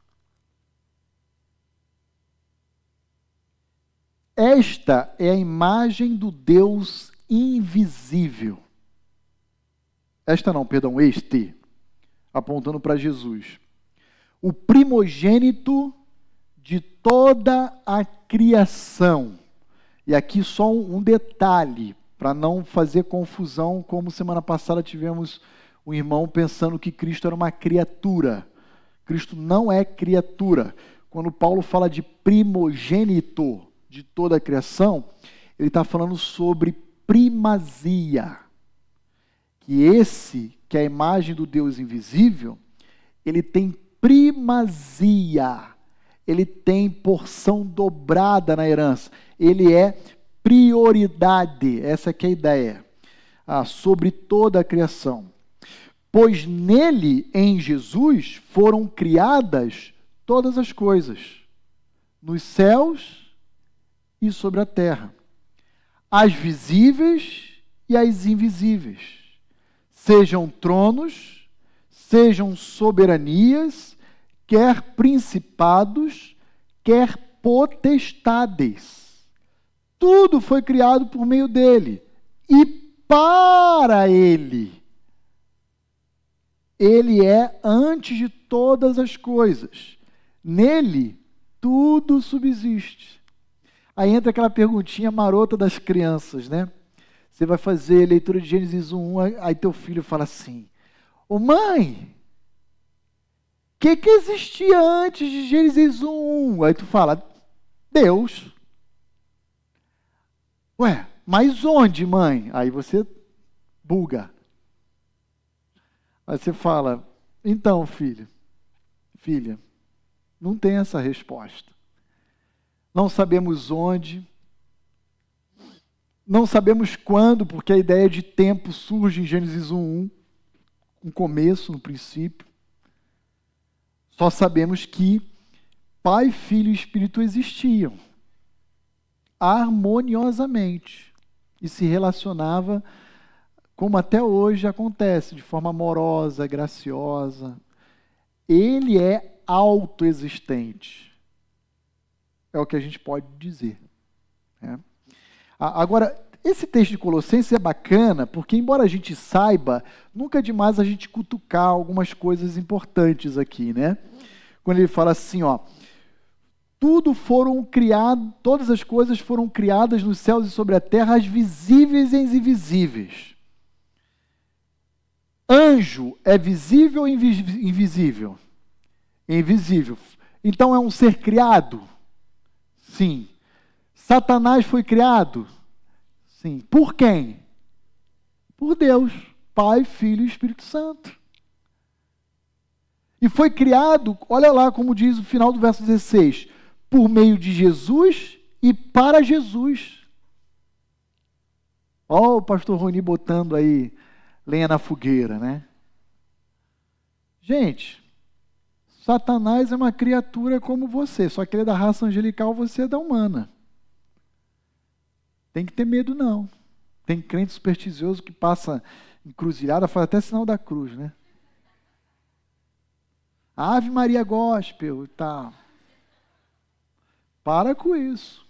Esta é a imagem do Deus invisível. Esta não, perdão, este, apontando para Jesus. O primogênito de toda a criação. E aqui só um, um detalhe, para não fazer confusão, como semana passada tivemos um irmão pensando que Cristo era uma criatura. Cristo não é criatura. Quando Paulo fala de primogênito de toda a criação, ele está falando sobre primazia. Que esse, que é a imagem do Deus invisível, ele tem primazia. Ele tem porção dobrada na herança. Ele é prioridade. Essa que é a ideia. Ah, sobre toda a criação. Pois nele, em Jesus, foram criadas todas as coisas, nos céus e sobre a terra, as visíveis e as invisíveis, sejam tronos, sejam soberanias, quer principados, quer potestades. Tudo foi criado por meio dele e para ele. Ele é antes de todas as coisas. Nele, tudo subsiste. Aí entra aquela perguntinha marota das crianças, né? Você vai fazer leitura de Gênesis um, aí teu filho fala assim, ô mãe, o que, que existia antes de Gênesis um? Aí tu fala, Deus. Ué, mas onde, mãe? Aí você buga. Aí você fala, então, filho, filha, não tem essa resposta. Não sabemos onde, não sabemos quando, porque a ideia de tempo surge em Gênesis um, um começo, no princípio. Só sabemos que Pai, Filho e Espírito existiam harmoniosamente e se relacionava como até hoje acontece, de forma amorosa, graciosa. Ele é autoexistente. É o que a gente pode dizer. Né? Agora, esse texto de Colossenses é bacana, porque embora a gente saiba, nunca é demais a gente cutucar algumas coisas importantes aqui, né? Quando ele fala assim, ó, tudo foram criado, todas as coisas foram criadas nos céus e sobre a terra, as visíveis e as invisíveis. Anjo é visível ou invisível? Invisível. Então é um ser criado? Sim. Satanás foi criado? Sim. Por quem? Por Deus, Pai, Filho e Espírito Santo. E foi criado, olha lá como diz o final do verso dezesseis, por meio de Jesus e para Jesus. Ó o pastor Roni botando aí lenha na fogueira, né? Gente, Satanás é uma criatura como você, só que ele é da raça angelical, você é da humana. Tem que ter medo, não. Tem crente supersticioso que passa encruzilhada, faz até sinal da cruz, né? Ave Maria Gospel e tal. Para com isso.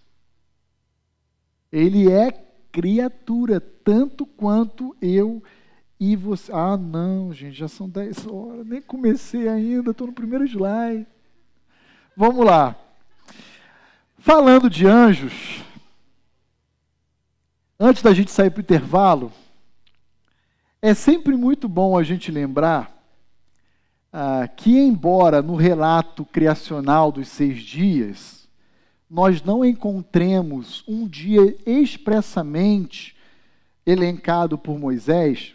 Ele é criatura, tanto quanto eu e você. Ah, não, gente, já são dez horas, nem comecei ainda, estou no primeiro slide. Vamos lá. Falando de anjos, antes da gente sair para o intervalo, é sempre muito bom a gente lembrar ah, que, embora no relato criacional dos seis dias, nós não encontremos um dia expressamente elencado por Moisés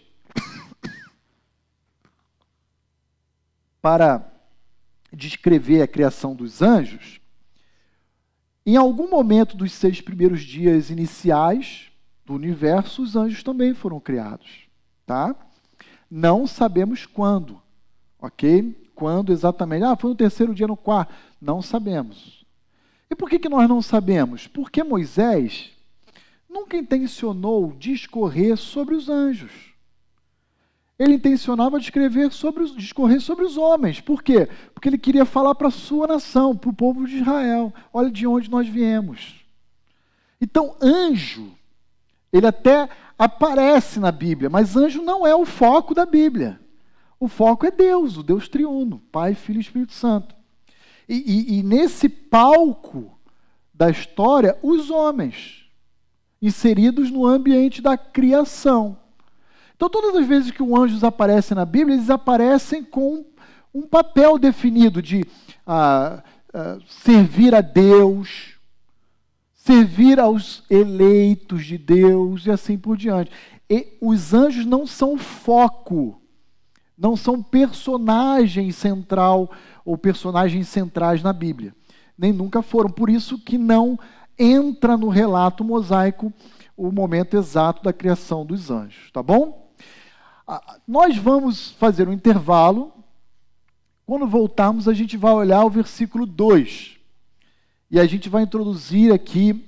para descrever a criação dos anjos. Em algum momento dos seis primeiros dias iniciais do universo, os anjos também foram criados, tá? Não sabemos quando, ok? Quando exatamente? Ah, foi no terceiro dia, no quarto. Não sabemos. E por que que nós não sabemos? Porque Moisés nunca intencionou discorrer sobre os anjos. Ele intencionava descrever sobre os, discorrer sobre os homens. Por quê? Porque ele queria falar para a sua nação, para o povo de Israel. Olha de onde nós viemos. Então, anjo, ele até aparece na Bíblia, mas anjo não é o foco da Bíblia. O foco é Deus, o Deus triuno, Pai, Filho e Espírito Santo. E, e, e nesse palco da história, os homens, inseridos no ambiente da criação. Então, todas as vezes que os anjos aparecem na Bíblia, eles aparecem com um papel definido de ah, ah, servir a Deus, servir aos eleitos de Deus e assim por diante. E os anjos não são foco, não são personagem central ou personagens centrais na Bíblia. Nem nunca foram. Por isso que não entra no relato mosaico o momento exato da criação dos anjos. Tá bom? Nós vamos fazer um intervalo. Quando voltarmos, a gente vai olhar o versículo dois. E a gente vai introduzir aqui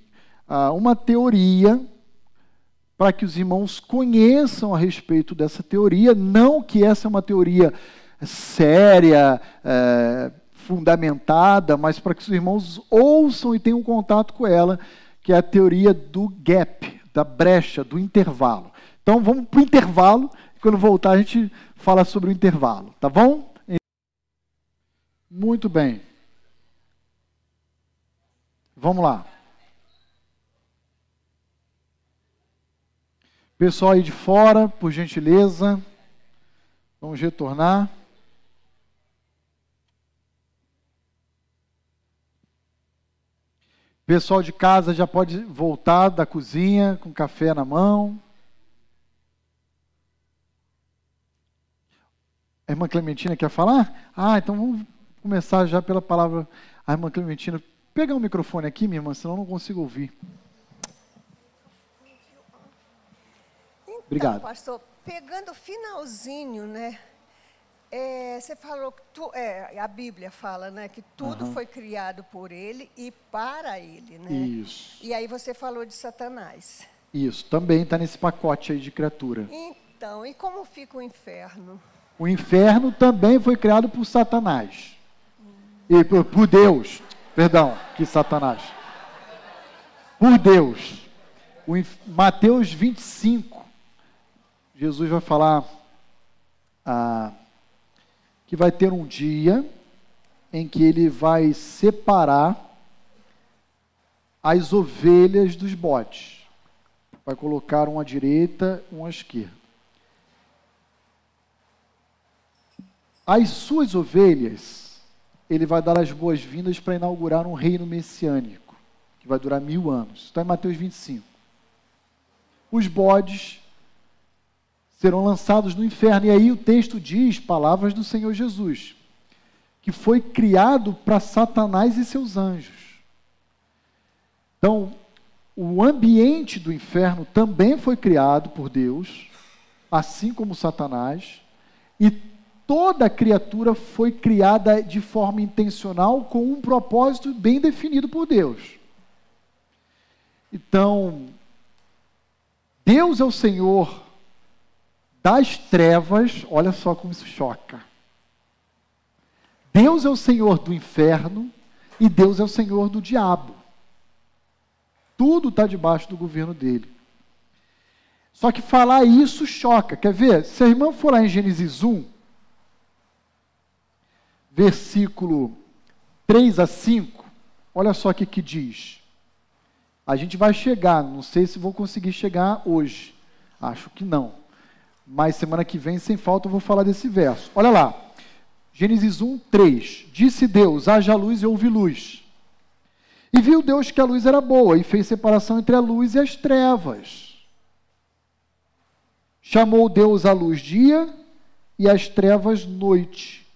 ah, uma teoria para que os irmãos conheçam a respeito dessa teoria, não que essa é uma teoria séria, é, fundamentada, mas para que os irmãos ouçam e tenham contato com ela, que é a teoria do gap, da brecha, do intervalo. Então vamos para o intervalo, e quando voltar a gente fala sobre o intervalo, tá bom? Muito bem. Vamos lá. Pessoal aí de fora, por gentileza, vamos retornar. Pessoal de casa já pode voltar da cozinha com café na mão. A irmã Clementina quer falar? Ah, então vamos começar já pela palavra. A irmã Clementina, pega o microfone aqui, minha irmã, senão eu não consigo ouvir. Obrigado. Então, pastor, pegando o finalzinho, né? É, você falou que tu, é, a Bíblia fala, né, que tudo uhum. foi criado por ele e para ele, né? Isso. E aí você falou de Satanás. Isso, também está nesse pacote aí de criatura. Então, e como fica o inferno? O inferno também foi criado por Satanás. Hum. E por, por Deus, perdão, que Satanás. Por Deus. O, Mateus vinte e cinco. Jesus vai falar ah, que vai ter um dia em que ele vai separar as ovelhas dos bodes. Vai colocar um à direita, um à esquerda. As suas ovelhas, ele vai dar as boas-vindas para inaugurar um reino messiânico, que vai durar mil anos. Está em Mateus vinte e cinco. Os bodes serão lançados no inferno. E aí o texto diz, palavras do Senhor Jesus, que foi criado para Satanás e seus anjos. Então, o ambiente do inferno também foi criado por Deus, assim como Satanás, e toda criatura foi criada de forma intencional, com um propósito bem definido por Deus. Então, Deus é o Senhor das trevas, olha só como isso choca. Deus é o Senhor do inferno e Deus é o Senhor do diabo. Tudo está debaixo do governo dele. Só que falar isso choca. Quer ver? Se a irmã for lá em Gênesis um, versículo três a cinco, olha só o que que diz. A gente vai chegar, não sei se vou conseguir chegar hoje. Acho que não. Mas semana que vem, sem falta, eu vou falar desse verso. Olha lá, Gênesis um, três. Disse Deus, haja luz e houve luz. E viu Deus que a luz era boa, e fez separação entre a luz e as trevas. Chamou Deus a luz dia, e as trevas noite.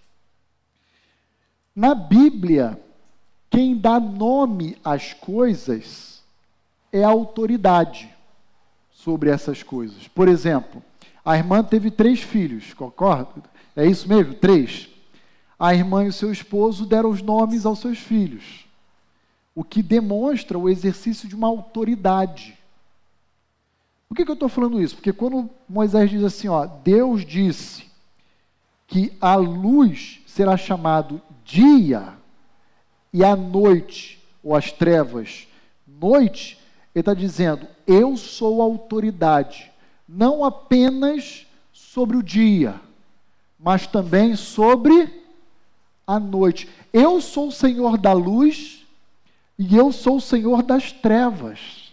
Na Bíblia, quem dá nome às coisas é a autoridade sobre essas coisas. Por exemplo, a irmã teve três filhos, concorda? É isso mesmo? Três. A irmã e o seu esposo deram os nomes aos seus filhos, o que demonstra o exercício de uma autoridade. Por que que eu estou falando isso? Porque quando Moisés diz assim, ó, Deus disse que a luz será chamado dia e a noite, ou as trevas, noite, ele está dizendo, eu sou a autoridade, não apenas sobre o dia, mas também sobre a noite. Eu sou o Senhor da luz e eu sou o Senhor das trevas.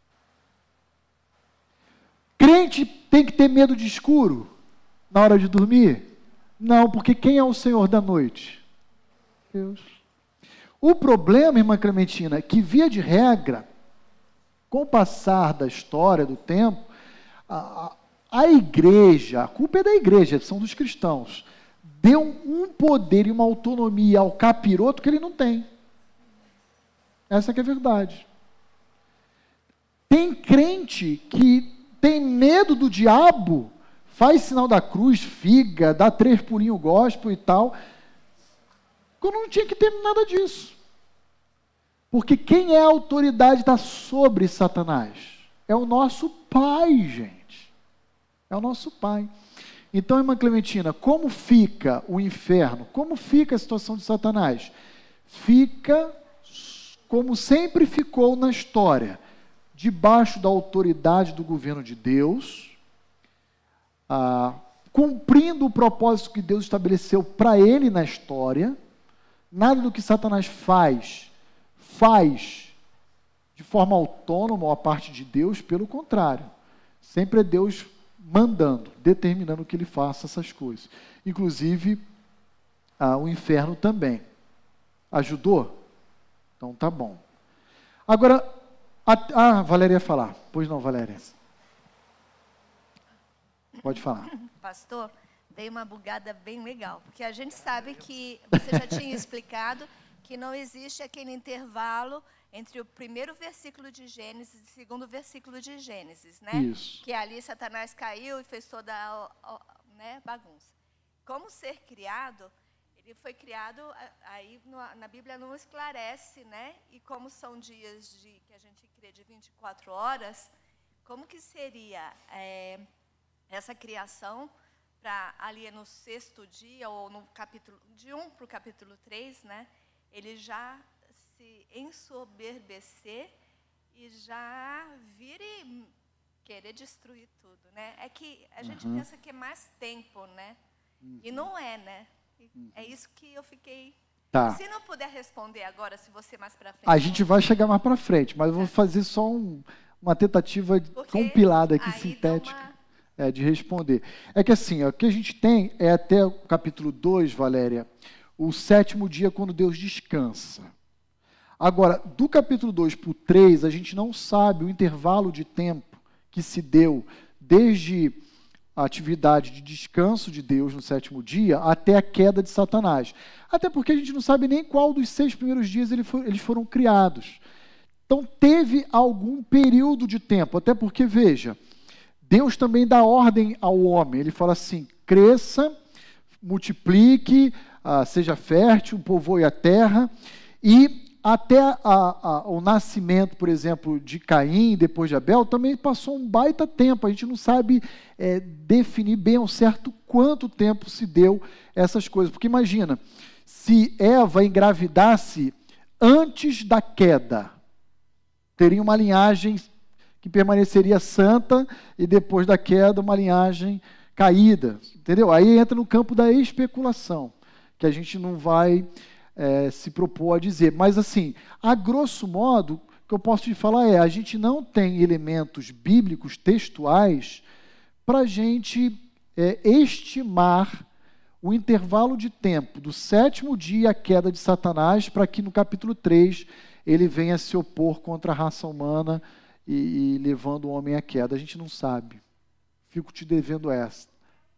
Crente tem que ter medo de escuro na hora de dormir? Não, porque quem é o Senhor da noite? Deus. O problema, irmã Clementina, é que via de regra, com o passar da história, do tempo, a, a igreja, a culpa é da igreja, são dos cristãos, deu um poder e uma autonomia ao capiroto que ele não tem. Essa que é a verdade. Tem crente que tem medo do diabo, faz sinal da cruz, figa, dá três pulinhos gospel e tal, quando não tinha que ter nada disso. Porque quem é a autoridade está sobre Satanás? É o nosso Pai, gente. É o nosso Pai. Então, irmã Clementina, como fica o inferno? Como fica a situação de Satanás? Fica como sempre ficou na história, debaixo da autoridade do governo de Deus, ah, cumprindo o propósito que Deus estabeleceu para ele na história. Nada do que Satanás faz, faz de forma autônoma ou a parte de Deus, pelo contrário. Sempre é Deus mandando, determinando que ele faça essas coisas. Inclusive, ah, o inferno também. Ajudou? Então tá bom. Agora, a, ah, Valéria ia falar. Pois não, Valéria? Pode falar. Pastor, veio uma bugada bem legal, porque a gente sabe que, você já tinha explicado, que não existe aquele intervalo entre o primeiro versículo de Gênesis e o segundo versículo de Gênesis, né? Isso. Que ali Satanás caiu e fez toda a, a, né, bagunça. Como ser criado, ele foi criado, aí na Bíblia não esclarece, né? E como são dias de, que a gente crê de vinte e quatro horas, como que seria é, essa criação para ali no sexto dia, ou no capítulo, de um para o capítulo três, né? Ele já se ensoberbecer e já vir e querer destruir tudo, né? É que a gente uhum. pensa que é mais tempo, né? Uhum. E não é, né? Uhum. É isso que eu fiquei... Tá. Se não puder responder agora, se você mais para frente... A gente vai chegar mais para frente, mas eu vou fazer só um, uma tentativa Porque compilada aqui, aí sintética, uma... é, de responder. É que assim, ó, o que a gente tem é até o capítulo dois, Valéria, o sétimo dia quando Deus descansa. Agora, do capítulo dois para o três, a gente não sabe o intervalo de tempo que se deu desde a atividade de descanso de Deus no sétimo dia até a queda de Satanás. Até porque a gente não sabe nem qual dos seis primeiros dias ele for, eles foram criados. Então, teve algum período de tempo, até porque, veja, Deus também dá ordem ao homem. Ele fala assim, cresça, multiplique, ah, seja fértil, povoe a terra, e até a, a, o nascimento, por exemplo, de Caim, depois de Abel, também passou um baita tempo. A gente não sabe é, definir bem ao certo quanto tempo se deu essas coisas. Porque imagina, se Eva engravidasse antes da queda, teria uma linhagem que permaneceria santa e depois da queda uma linhagem caída. Entendeu? Aí entra no campo da especulação, que a gente não vai... É, se propor a dizer. Mas, assim, a grosso modo, o que eu posso te falar é, a gente não tem elementos bíblicos, textuais, para a gente é, estimar o intervalo de tempo do sétimo dia à queda de Satanás, para que no capítulo três ele venha se opor contra a raça humana e, e levando o homem à queda. A gente não sabe. Fico te devendo essa.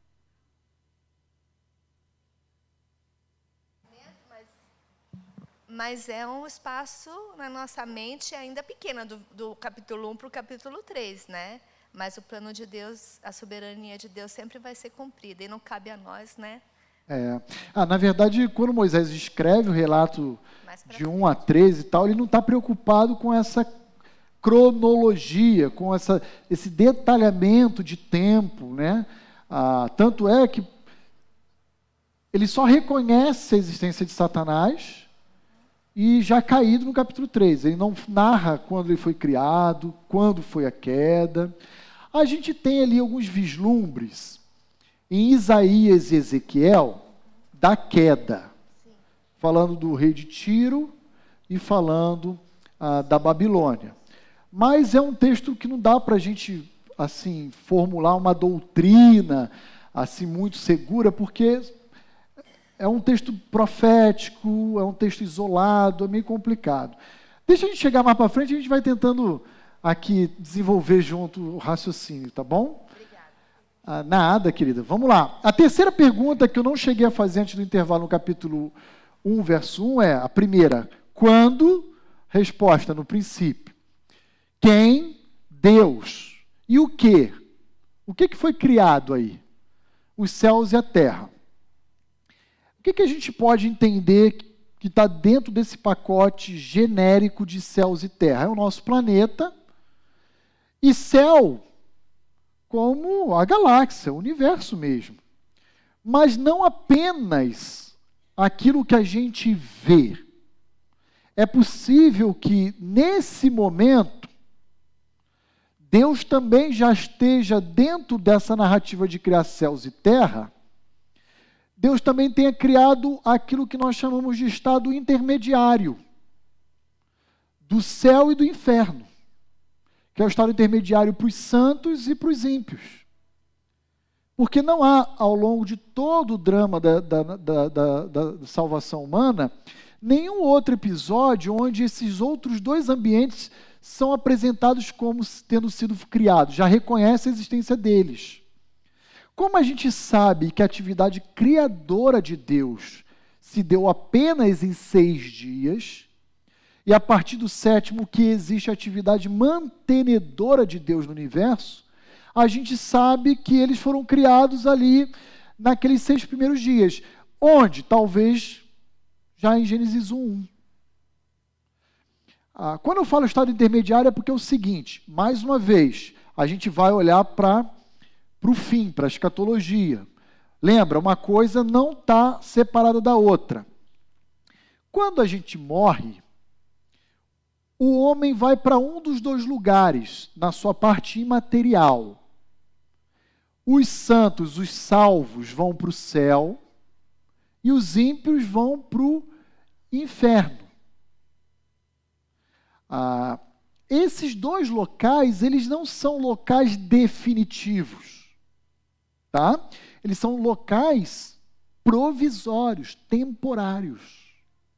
Mas é um espaço na nossa mente ainda pequeno, do, do capítulo um para o capítulo três, né? Mas o plano de Deus, a soberania de Deus sempre vai ser cumprida, e não cabe a nós, né? É. Ah, na verdade, quando Moisés escreve o relato de um a treze e tal, ele não está preocupado com essa cronologia, com essa, esse detalhamento de tempo, né? Ah, tanto é que ele só reconhece a existência de Satanás e já caído no capítulo três. Ele não narra quando ele foi criado, quando foi a queda. A gente tem ali alguns vislumbres em Isaías e Ezequiel da queda, sim, falando do rei de Tiro e falando ah, da Babilônia. Mas é um texto que não dá para a gente assim, formular uma doutrina assim, muito segura, porque é um texto profético, é um texto isolado, é meio complicado. Deixa a gente chegar mais para frente, a gente vai tentando aqui desenvolver junto o raciocínio, tá bom? Obrigada. Ah, nada, querida. Vamos lá. A terceira pergunta que eu não cheguei a fazer antes do intervalo no capítulo um, verso um, é a primeira. Quando? Resposta, no princípio. Quem? Deus. E o quê? O que, que foi criado aí? Os céus e a terra. O que, que a gente pode entender que está dentro desse pacote genérico de céus e terra? É o nosso planeta e céu como a galáxia, o universo mesmo. Mas não apenas aquilo que a gente vê. É possível que, nesse momento, Deus também já esteja dentro dessa narrativa de criar céus e terra. Deus também tenha criado aquilo que nós chamamos de estado intermediário, do céu e do inferno, que é o estado intermediário para os santos e para os ímpios. Porque não há, ao longo de todo o drama da, da, da, da, da salvação humana, nenhum outro episódio onde esses outros dois ambientes são apresentados como tendo sido criados, já reconhece a existência deles. Como a gente sabe que a atividade criadora de Deus se deu apenas em seis dias, e a partir do sétimo que existe a atividade mantenedora de Deus no universo, a gente sabe que eles foram criados ali naqueles seis primeiros dias, onde talvez já em Gênesis um, um. Ah, quando eu falo estado intermediário é porque é o seguinte, mais uma vez, a gente vai olhar para o fim, para a escatologia. Lembra, uma coisa não está separada da outra. Quando a gente morre, o homem vai para um dos dois lugares, na sua parte imaterial. Os santos, os salvos, vão para o céu e os ímpios vão para o inferno. Ah, esses dois locais, eles não são locais definitivos, tá? Eles são locais provisórios, temporários.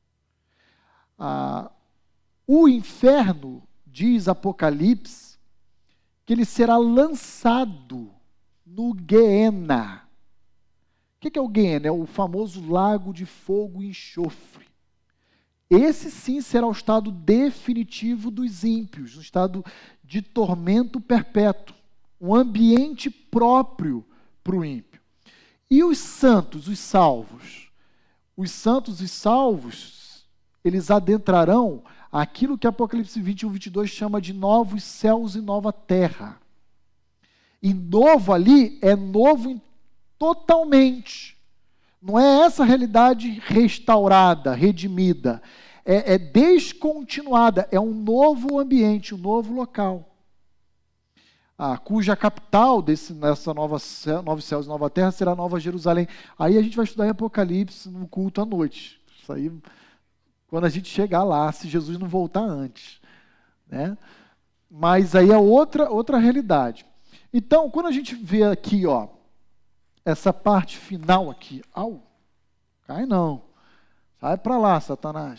Ah, o inferno, diz Apocalipse, que ele será lançado no Guiena. O que é o Guiena? É o famoso lago de fogo e enxofre. Esse sim será o estado definitivo dos ímpios, um estado de tormento perpétuo, um ambiente próprio para o ímpio. E os santos, os salvos? Os santos e salvos, eles adentrarão aquilo que Apocalipse vinte e um, vinte e dois chama de novos céus e nova terra. E novo ali é novo totalmente. Não é essa realidade restaurada, redimida. É, é descontinuada. É um novo ambiente, um novo local. Ah, cuja capital desse, nessa nova céu, novos céus e nova terra será Nova Jerusalém. Aí a gente vai estudar em Apocalipse no culto à noite. Isso aí, quando a gente chegar lá, se Jesus não voltar antes. Né? Mas aí é outra, outra realidade. Então, quando a gente vê aqui, ó, essa parte final aqui, au, cai não, sai para lá, Satanás.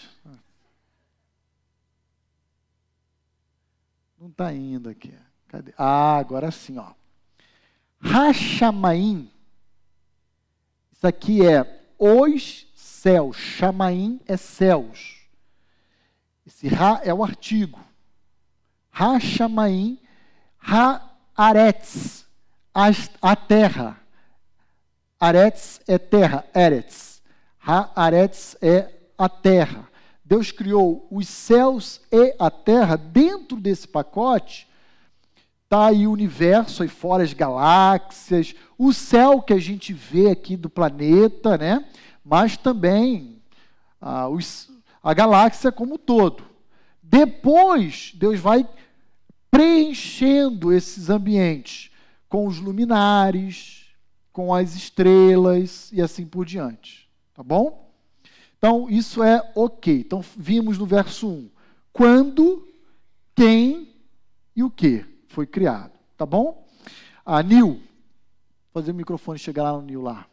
Não está indo aqui. Cadê? Ah, agora sim, ó. Rachamaim, isso aqui é os céus, Chamaim é céus. Esse Ra é o artigo. Rachamaim, Ra-aretz, a terra. Aretz é terra, Eretz. Ha-aretz é a terra. Deus criou os céus e a terra. Dentro desse pacote está aí o universo, aí fora as galáxias, o céu que a gente vê aqui do planeta, né? Mas também ah, os, a galáxia como um todo. Depois, Deus vai preenchendo esses ambientes com os luminares, com as estrelas e assim por diante. Tá bom? Então, isso é ok. Então, vimos no verso um. Quando, quem e o que foi criado. Tá bom? A Nil. Vou fazer o microfone chegar lá no Nil lá.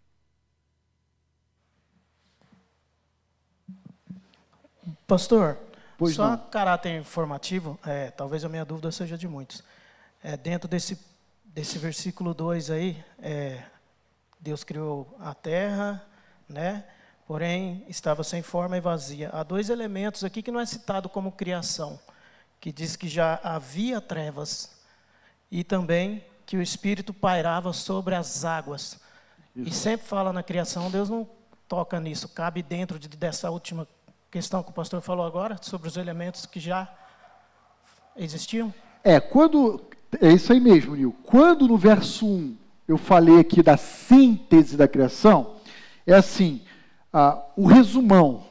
Pastor, pois só não. caráter informativo, é, talvez a minha dúvida seja de muitos. É, dentro desse Desse versículo dois aí, é, Deus criou a terra, né? Porém, estava sem forma e vazia. Há dois elementos aqui que não é citado como criação, que diz que já havia trevas e também que o Espírito pairava sobre as águas. Isso. E sempre fala na criação, Deus não toca nisso? Cabe dentro de, dessa última questão que o pastor falou agora, sobre os elementos que já existiam? É, quando, é isso aí mesmo, Nil. Quando no verso um eu falei aqui da síntese da criação, é assim, ah, o resumão,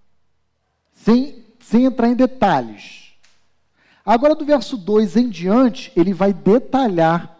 sem, sem entrar em detalhes. Agora, do verso dois em diante, ele vai detalhar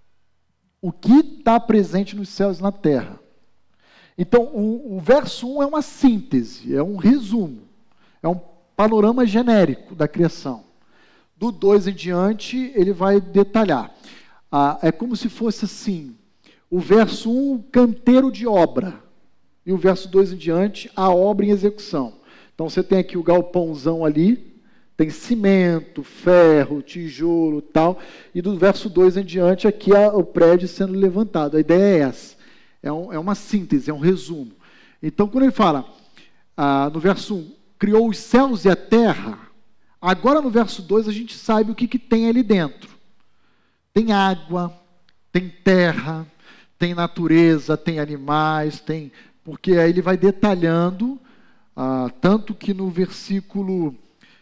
o que está presente nos céus e na terra. Então, o, o verso um é uma síntese, é um resumo, é um panorama genérico da criação. Do dois em diante, ele vai detalhar. Ah, é como se fosse assim, o verso um, o canteiro de obra, e o verso dois em diante, a obra em execução. Então, você tem aqui o galpãozão ali, tem cimento, ferro, tijolo, tal, e do verso dois em diante, aqui é o prédio sendo levantado. A ideia é essa, é, um, é uma síntese, é um resumo. Então, quando ele fala, ah, no verso um, criou os céus e a terra, agora no verso dois a gente sabe o que, que tem ali dentro. Tem água, tem terra, tem natureza, tem animais, tem... Porque aí ele vai detalhando, ah, tanto que no versículo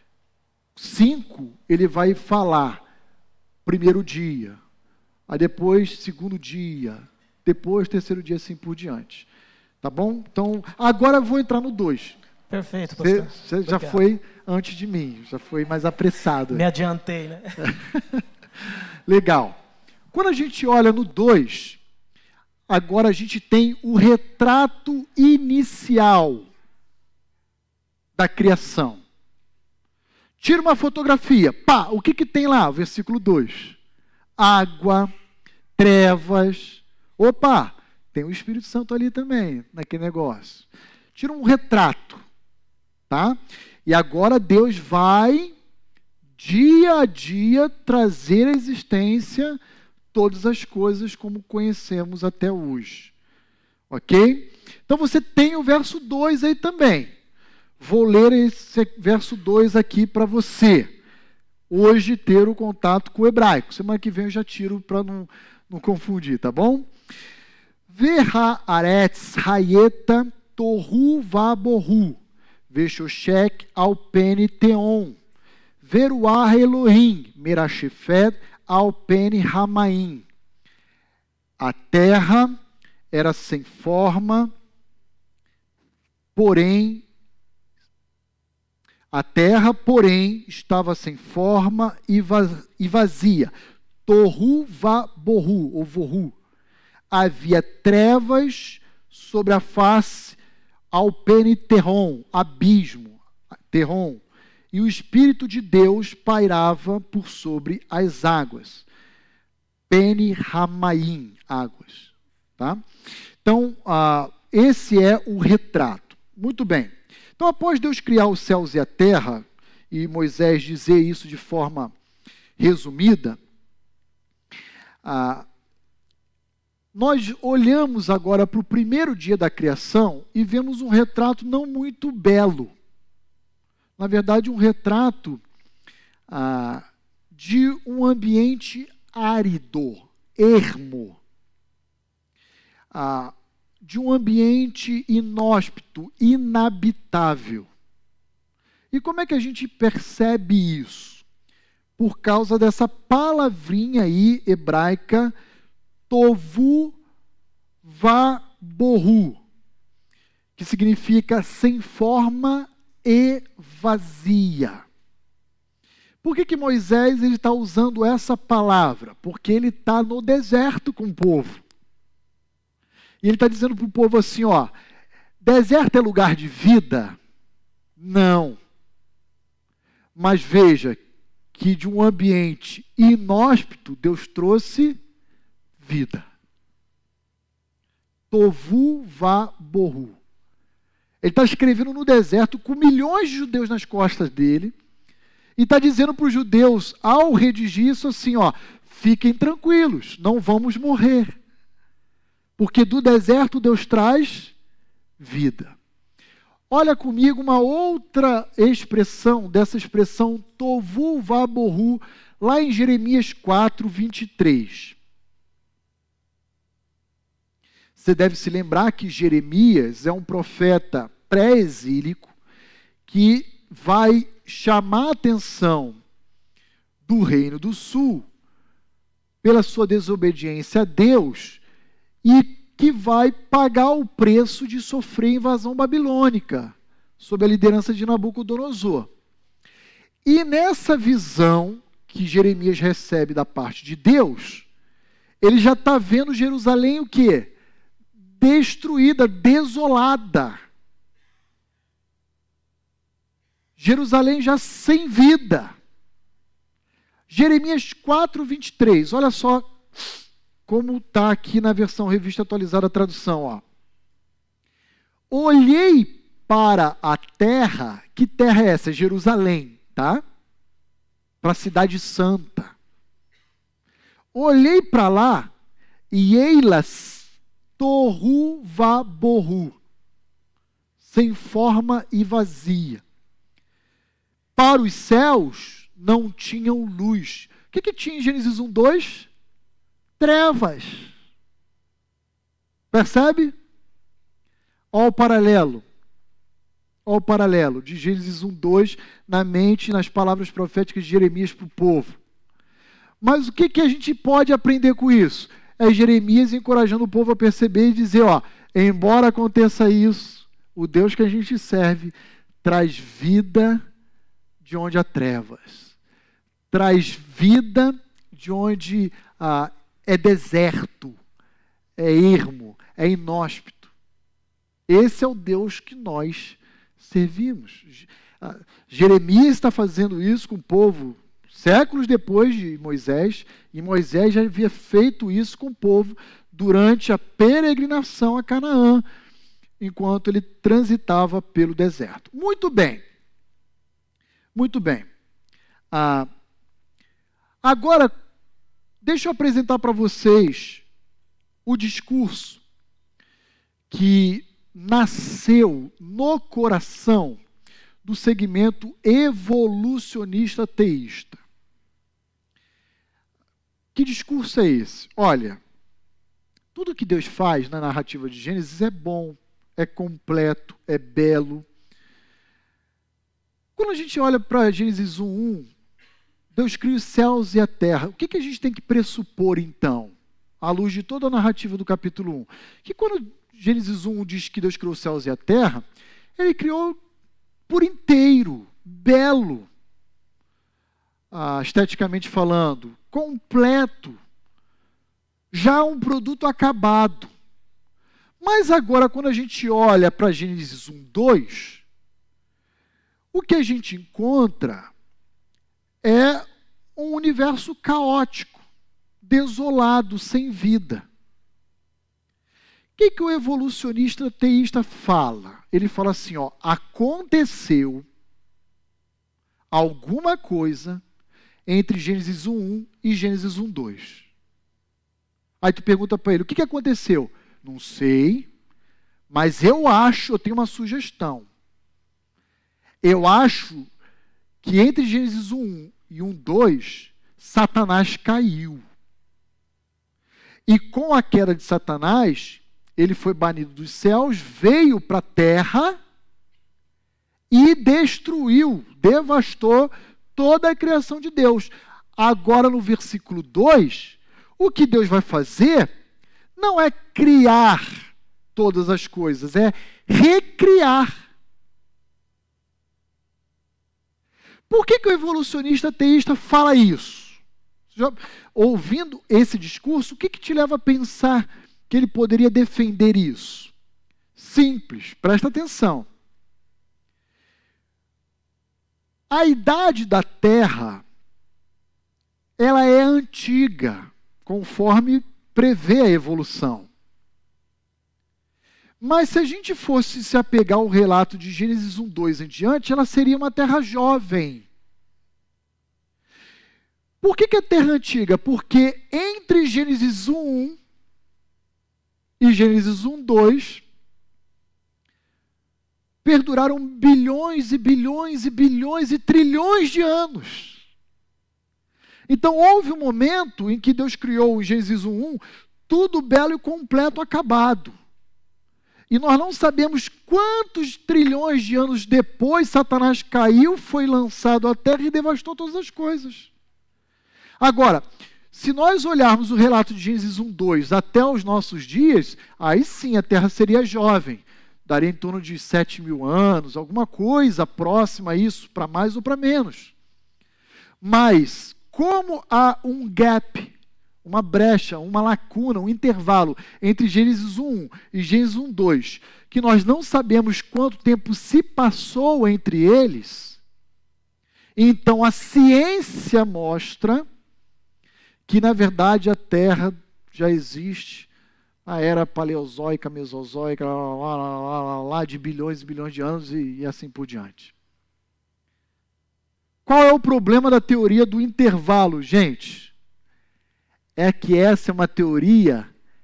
cinco, ele vai falar primeiro dia, aí depois segundo dia, depois terceiro dia, assim por diante. Tá bom? Então, agora eu vou entrar no dois. Perfeito, pastor. Você já foi antes de mim, já foi mais apressado. Me adiantei, né? Legal. Quando a gente olha no dois, agora a gente tem o retrato inicial da criação. Tira uma fotografia. Pá, o que, que tem lá? Versículo dois. Água, trevas. Opa, tem o Espírito Santo ali também, naquele negócio. Tira um retrato. Tá? E agora Deus vai, dia a dia, trazer à existência todas as coisas como conhecemos até hoje. Ok? Então você tem o verso dois aí também. Vou ler esse verso dois aqui para você. Hoje ter o contato com o hebraico. Semana que vem eu já tiro para não, não confundir, tá bom? Verha aretz hayeta tohu vabohu. Veshoshek alpene teon. Veruah Elohim merashefet alpene hamaim. A terra era sem forma, porém, a terra, porém, estava sem forma e vazia. Tohu vabohu, ou vorru. Havia trevas sobre a face alpene terron, abismo, terron. E o Espírito de Deus pairava por sobre as águas. Pene hamaim, águas. Tá? Então, ah, esse é o retrato. Muito bem. Então, após Deus criar os céus e a terra, e Moisés dizer isso de forma resumida, ah, nós olhamos agora para o primeiro dia da criação e vemos um retrato não muito belo. Na verdade, um retrato ah, de um ambiente árido, ermo, ah, de um ambiente inóspito, inabitável. E como é que a gente percebe isso? Por causa dessa palavrinha aí hebraica, tovu vabohu, que significa sem forma e vazia. Por que que Moisés está usando essa palavra? Porque ele está no deserto com o povo. E ele está dizendo para o povo assim, ó, deserto é lugar de vida? Não. Mas veja que de um ambiente inóspito, Deus trouxe vida. Tovu vabohu. Ele está escrevendo no deserto com milhões de judeus nas costas dele e está dizendo para os judeus, ao redigir isso assim, ó, fiquem tranquilos, não vamos morrer. Porque do deserto Deus traz vida. Olha comigo uma outra expressão, dessa expressão tovu vabohu, lá em Jeremias quatro, vinte e três. Você deve se lembrar que Jeremias é um profeta pré-exílico que vai chamar a atenção do Reino do Sul pela sua desobediência a Deus e que vai pagar o preço de sofrer a invasão babilônica sob a liderança de Nabucodonosor. E nessa visão que Jeremias recebe da parte de Deus, ele já está vendo Jerusalém o quê? Destruída, desolada. Jerusalém já sem vida. Jeremias quatro, vinte e três, olha só como está aqui na versão revista atualizada a tradução. Ó. Olhei para a terra, que terra é essa? Jerusalém, tá? Para a cidade santa. Olhei para lá, e ei-las torru vaborru, sem forma e vazia. Para os céus não tinham luz. O que, que tinha em Gênesis um, dois? Trevas. Percebe? Olha o paralelo. Olha o paralelo de Gênesis um, dois na mente, nas palavras proféticas de Jeremias para o povo. Mas o que, que a gente pode aprender com isso? É Jeremias encorajando o povo a perceber e dizer, ó, embora aconteça isso, o Deus que a gente serve traz vida de onde há trevas. Traz vida de onde ah, é deserto, é ermo, é inóspito. Esse é o Deus que nós servimos. Jeremias está fazendo isso com o povo séculos depois de Moisés, e Moisés já havia feito isso com o povo durante a peregrinação a Canaã, enquanto ele transitava pelo deserto. Muito bem. Muito bem. Ah, agora, deixa eu apresentar para vocês o discurso que nasceu no coração do segmento evolucionista teísta. Que discurso é esse? Olha, tudo que Deus faz na narrativa de Gênesis é bom, é completo, é belo. Quando a gente olha para Gênesis um, um, Deus cria os céus e a terra. O que, que a gente tem que pressupor, então, à luz de toda a narrativa do capítulo um? Que quando Gênesis um diz que Deus criou os céus e a terra, ele criou por inteiro, belo, ah, esteticamente falando, completo, já um produto acabado. Mas agora, quando a gente olha para Gênesis um, dois, o que a gente encontra é um universo caótico, desolado, sem vida. O que, que o evolucionista teísta fala? Ele fala assim, ó, aconteceu alguma coisa entre Gênesis um, um e Gênesis um, dois. Aí tu pergunta para ele, o que, que aconteceu? Não sei, mas eu acho, eu tenho uma sugestão. Eu acho que entre Gênesis um, um e um, dois, Satanás caiu. E com a queda de Satanás, ele foi banido dos céus, veio para a terra e destruiu, devastou toda a criação de Deus. Agora, no versículo dois, o que Deus vai fazer não é criar todas as coisas, é recriar. Por que, que o evolucionista teísta fala isso? Já, ouvindo esse discurso, o que, que te leva a pensar que ele poderia defender isso? Simples, presta atenção. A idade da Terra, ela é antiga, conforme prevê a evolução. Mas se a gente fosse se apegar ao relato de Gênesis um, dois em diante, ela seria uma terra jovem. Por que, que é terra antiga? Porque entre Gênesis um, um e Gênesis um, dois, perduraram bilhões e bilhões e bilhões e trilhões de anos. Então houve um momento em que Deus criou em Gênesis um, um tudo belo e completo, acabado. E nós não sabemos quantos trilhões de anos depois Satanás caiu, foi lançado à terra e devastou todas as coisas. Agora, se nós olharmos o relato de Gênesis um, dois até os nossos dias, aí sim a terra seria jovem. Daria em torno de sete mil anos, alguma coisa próxima a isso, para mais ou para menos. Mas, como há um gap, uma brecha, uma lacuna, um intervalo entre Gênesis um e Gênesis um, dois, que nós não sabemos quanto tempo se passou entre eles, então a ciência mostra que, na verdade, a Terra já existe, a era paleozoica, mesozoica, lá, lá, lá, lá, lá, de bilhões e bilhões de anos e, e assim por diante. Qual é o problema da teoria do intervalo, gente? É que essa é uma teoria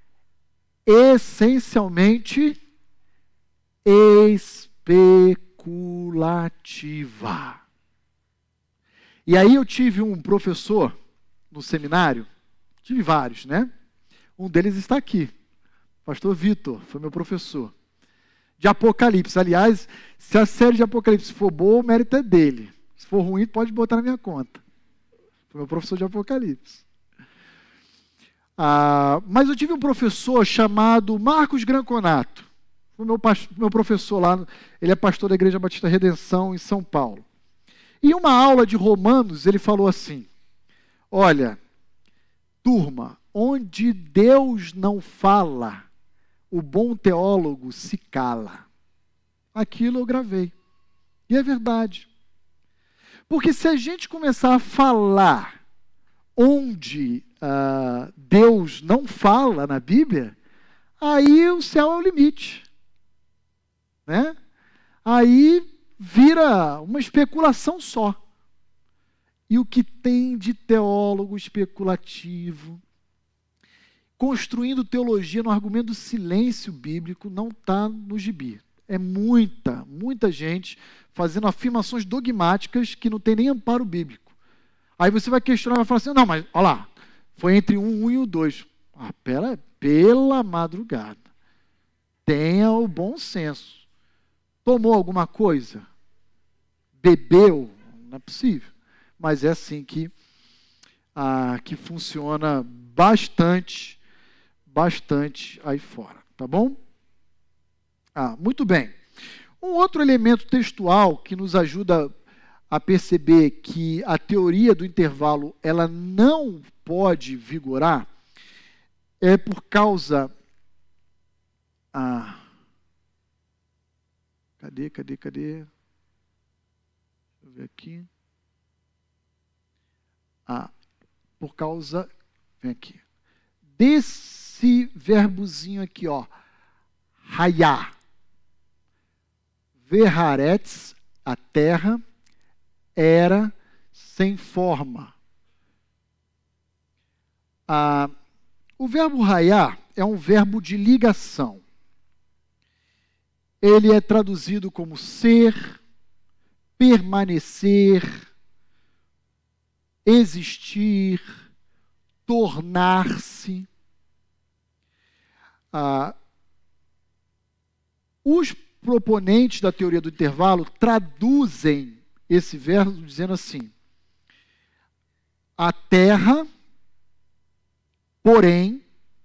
essencialmente especulativa. E aí eu tive um professor no seminário, tive vários, né? Um deles está aqui, pastor Vitor, foi meu professor, de Apocalipse. Aliás, se a série de Apocalipse for boa, o mérito é dele. Se for ruim, pode botar na minha conta. Foi meu professor de Apocalipse. Ah, mas eu tive um professor chamado Marcos Granconato. Foi meu, meu professor lá, ele é pastor da Igreja Batista Redenção em São Paulo. E em uma aula de Romanos, ele falou assim: olha, turma, onde Deus não fala, o bom teólogo se cala. Aquilo eu gravei. E é verdade. Porque se a gente começar a falar onde uh, Deus não fala na Bíblia, aí o céu é o limite. Né? Aí vira uma especulação só. E o que tem de teólogo especulativo, construindo teologia no argumento do silêncio bíblico, não está no gibi. É muita, muita gente fazendo afirmações dogmáticas que não tem nem amparo bíblico. Aí você vai questionar e vai falar assim: não, mas olha lá, foi entre um, um e o dois. Ah, pera, pela madrugada. Tenha o bom senso. Tomou alguma coisa? Bebeu? Não é possível. Mas é assim que, ah, que funciona bastante, bastante aí fora. Tá bom? Ah, muito bem. Um outro elemento textual que nos ajuda a perceber que a teoria do intervalo ela não pode vigorar é por causa... Ah, cadê, cadê, cadê? Deixa eu ver aqui. Ah, por causa... Vem aqui. Desse verbozinho aqui, ó. Raiar. Verharetz, a terra, era sem forma. Ah, o verbo raiar é um verbo de ligação. Ele é traduzido como ser, permanecer, existir, tornar-se. Ah, os proponentes da teoria do intervalo traduzem esse verbo dizendo assim: a terra, porém,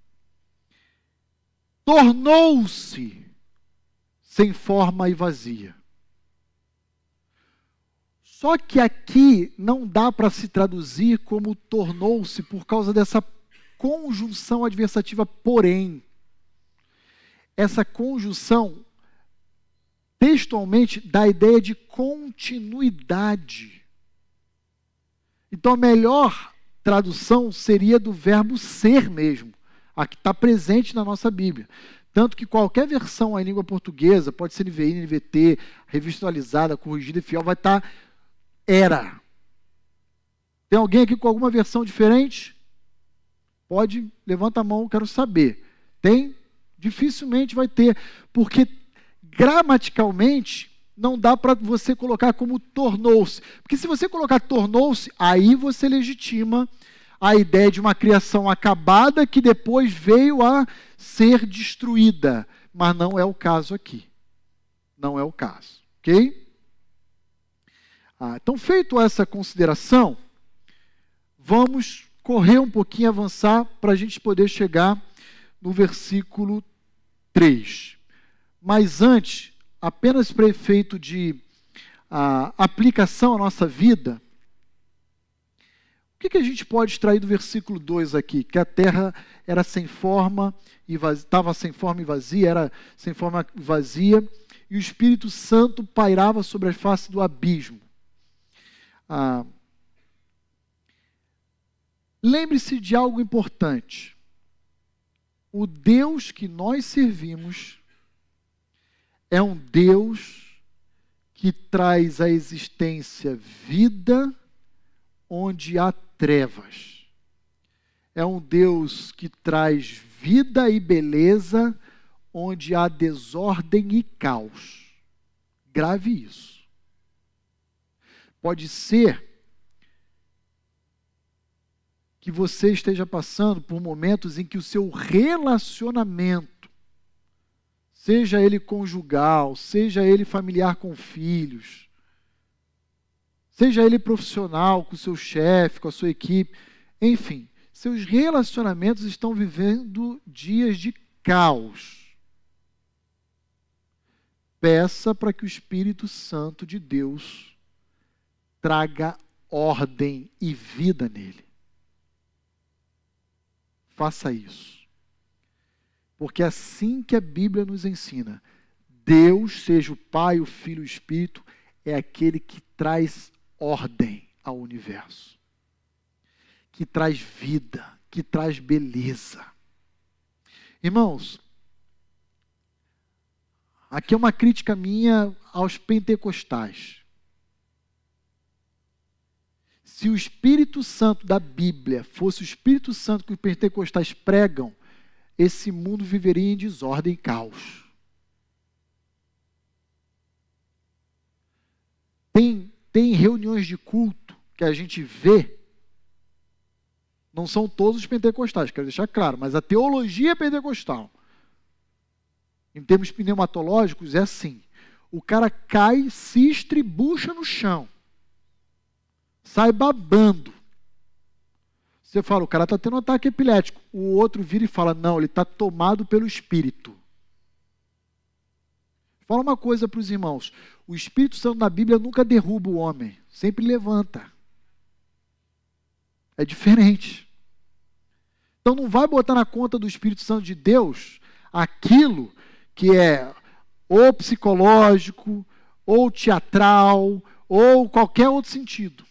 tornou-se sem forma e vazia. Só que aqui não dá para se traduzir como tornou-se por causa dessa conjunção adversativa porém. Essa conjunção textualmente dá a ideia de continuidade. Então a melhor tradução seria do verbo ser mesmo, a que está presente na nossa Bíblia. Tanto que qualquer versão em língua portuguesa, pode ser N V I, N V T, revista atualizada, corrigida e fiel, vai estar era. Tem alguém aqui com alguma versão diferente? Pode, levanta a mão, quero saber. Tem? Dificilmente vai ter, porque gramaticalmente não dá para você colocar como tornou-se. Porque se você colocar tornou-se, aí você legitima a ideia de uma criação acabada que depois veio a ser destruída. Mas não é o caso aqui. Não é o caso. Ok? Ah, então, feito essa consideração, vamos correr um pouquinho, avançar, para a gente poder chegar no versículo três. Mas antes, apenas para efeito de ah, aplicação à nossa vida, o que, que a gente pode extrair do versículo dois aqui? Que a terra era sem forma e vazia, estava sem forma e vazia, era sem forma e vazia, e o Espírito Santo pairava sobre a face do abismo. Ah, lembre-se de algo importante. O Deus que nós servimos é um Deus que traz à existência vida onde há trevas. É um Deus que traz vida e beleza onde há desordem e caos. Grave isso. Pode ser que você esteja passando por momentos em que o seu relacionamento, seja ele conjugal, seja ele familiar com filhos, seja ele profissional, com o seu chefe, com a sua equipe, enfim, seus relacionamentos estão vivendo dias de caos. Peça para que o Espírito Santo de Deus traga ordem e vida nele. Faça isso. Porque é assim que a Bíblia nos ensina. Deus, seja o Pai, o Filho e o Espírito, é aquele que traz ordem ao universo. Que traz vida, que traz beleza. Irmãos, aqui é uma crítica minha aos pentecostais. Se o Espírito Santo da Bíblia fosse o Espírito Santo que os pentecostais pregam, esse mundo viveria em desordem e caos. Tem, tem reuniões de culto que a gente vê, não são todos os pentecostais, quero deixar claro, mas a teologia pentecostal, em termos pneumatológicos, é assim. O cara cai, se estribucha no chão, sai babando. Você fala, o cara está tendo um ataque epilético. O outro vira e fala, não, ele está tomado pelo Espírito. Fala uma coisa para os irmãos. O Espírito Santo na Bíblia nunca derruba o homem, sempre levanta. É diferente. Então não vai botar na conta do Espírito Santo de Deus aquilo que é ou psicológico, ou teatral, ou qualquer outro sentido.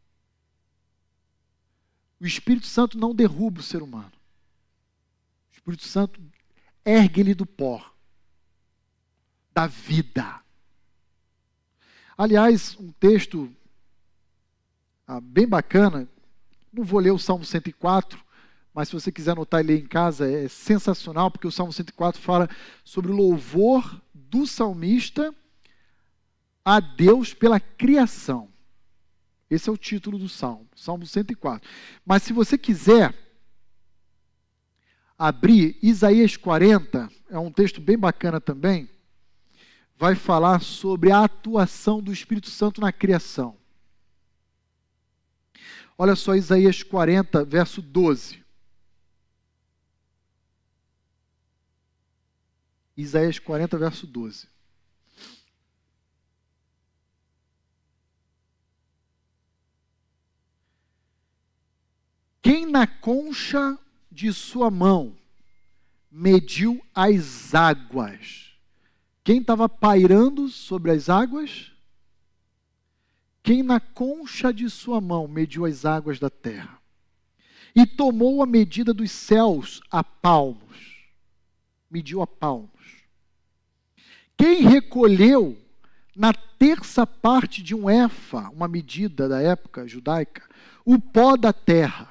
O Espírito Santo não derruba o ser humano. O Espírito Santo ergue ele do pó, da vida. Aliás, um texto ah, bem bacana, não vou ler o Salmo cento e quatro, mas se você quiser anotar e ler em casa, é sensacional, porque o Salmo cento e quatro fala sobre o louvor do salmista a Deus pela criação. Esse é o título do Salmo, Salmo cento e quatro. Mas se você quiser abrir Isaías quarenta, é um texto bem bacana também, vai falar sobre a atuação do Espírito Santo na criação. Olha só Isaías quarenta, verso doze. Isaías quarenta, verso doze. Quem na concha de sua mão mediu as águas? Quem estava pairando sobre as águas? Quem na concha de sua mão mediu as águas da terra? E tomou a medida dos céus a palmos. Mediu a palmos. Quem recolheu na terça parte de um éfa, uma medida da época judaica, o pó da terra?